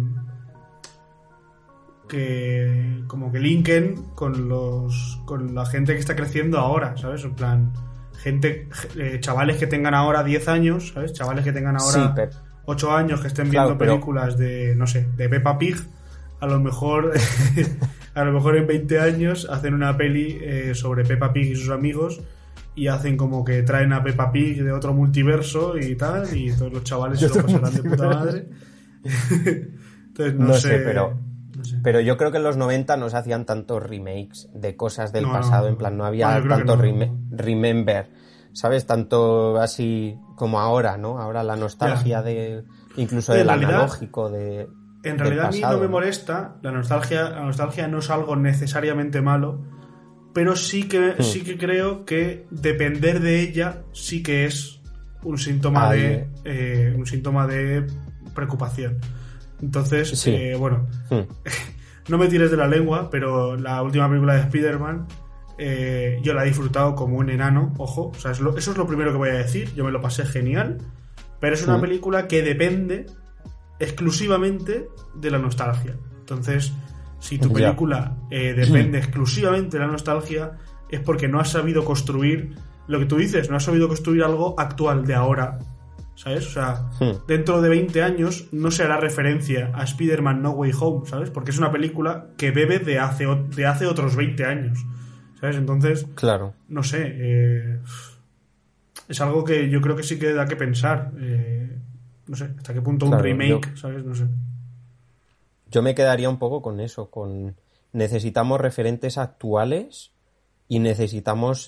como que linken con la gente que está creciendo ahora, ¿sabes? En plan, chavales que tengan ahora 10 años, ¿sabes? Chavales que tengan ahora 8 años que estén viendo películas de, no sé, de Peppa Pig, a lo mejor en 20 años hacen una peli sobre Peppa Pig y sus amigos y hacen como que traen a Peppa Pig de otro multiverso y tal, y todos los chavales se lo pasarán de puta madre. Entonces no sé, pero yo creo que en los 90 no se hacían tantos remakes de cosas del pasado, en plan no había tanto remember, ¿sabes? Tanto así como ahora, ¿no? Ahora la nostalgia de incluso del analógico de en realidad pasado, a mí no me molesta, la nostalgia no es algo necesariamente malo, pero sí que creo que depender de ella sí que es un síntoma de preocupación. Entonces, bueno, no me tires de la lengua, pero la última película de Spider-Man yo la he disfrutado como un enano, ojo, o sea, eso es lo primero que voy a decir, yo me lo pasé genial, pero es una película que depende exclusivamente de la nostalgia. Entonces, si tu película depende exclusivamente de la nostalgia, es porque no has sabido construir lo que tú dices, no has sabido construir algo actual de ahora, ¿sabes? O sea, dentro de 20 años no se hará referencia a Spider-Man No Way Home, ¿sabes? Porque es una película que bebe de hace otros 20 años, ¿sabes? Entonces, claro, no sé, es algo que yo creo que sí que da que pensar, no sé, hasta qué punto un remake, ¿sabes? No sé. Yo me quedaría un poco con eso, necesitamos referentes actuales y necesitamos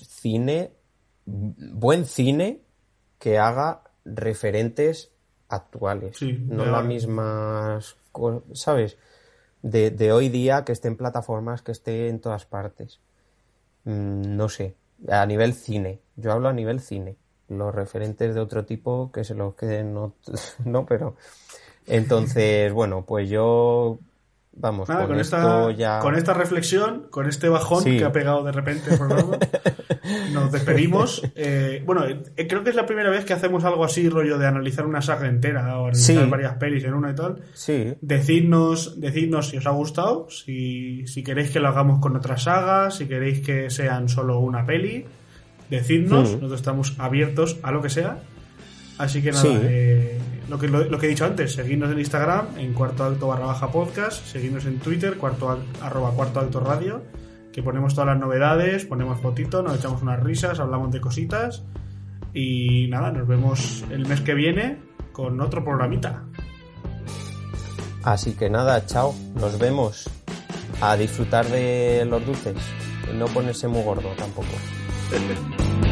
buen cine que haga referentes actuales, no las mismas, ¿sabes? De hoy día, que esté en plataformas, que esté en todas partes. No sé, a nivel cine, yo hablo a nivel cine. Los referentes de otro tipo que se los queden, no, pero entonces, bueno, pues yo, vamos, nada, con esta reflexión, con este bajón que ha pegado de repente el programa, nos despedimos. Bueno, creo que es la primera vez que hacemos algo así, rollo de analizar una saga entera o analizar varias pelis en una y tal. Sí. Decidnos si os ha gustado, si queréis que lo hagamos con otras sagas, si queréis que sean solo una peli. Decidnos, nosotros estamos abiertos a lo que sea. Así que nada, lo que he dicho antes, seguidnos en Instagram en @cuartoacto_podcast, seguidnos en Twitter @cuartoacto radio, que ponemos todas las novedades, ponemos fotitos, nos echamos unas risas, hablamos de cositas y nada, nos vemos el mes que viene con otro programita. Así que nada, chao, nos vemos. A disfrutar de los dulces y no ponerse muy gordo tampoco.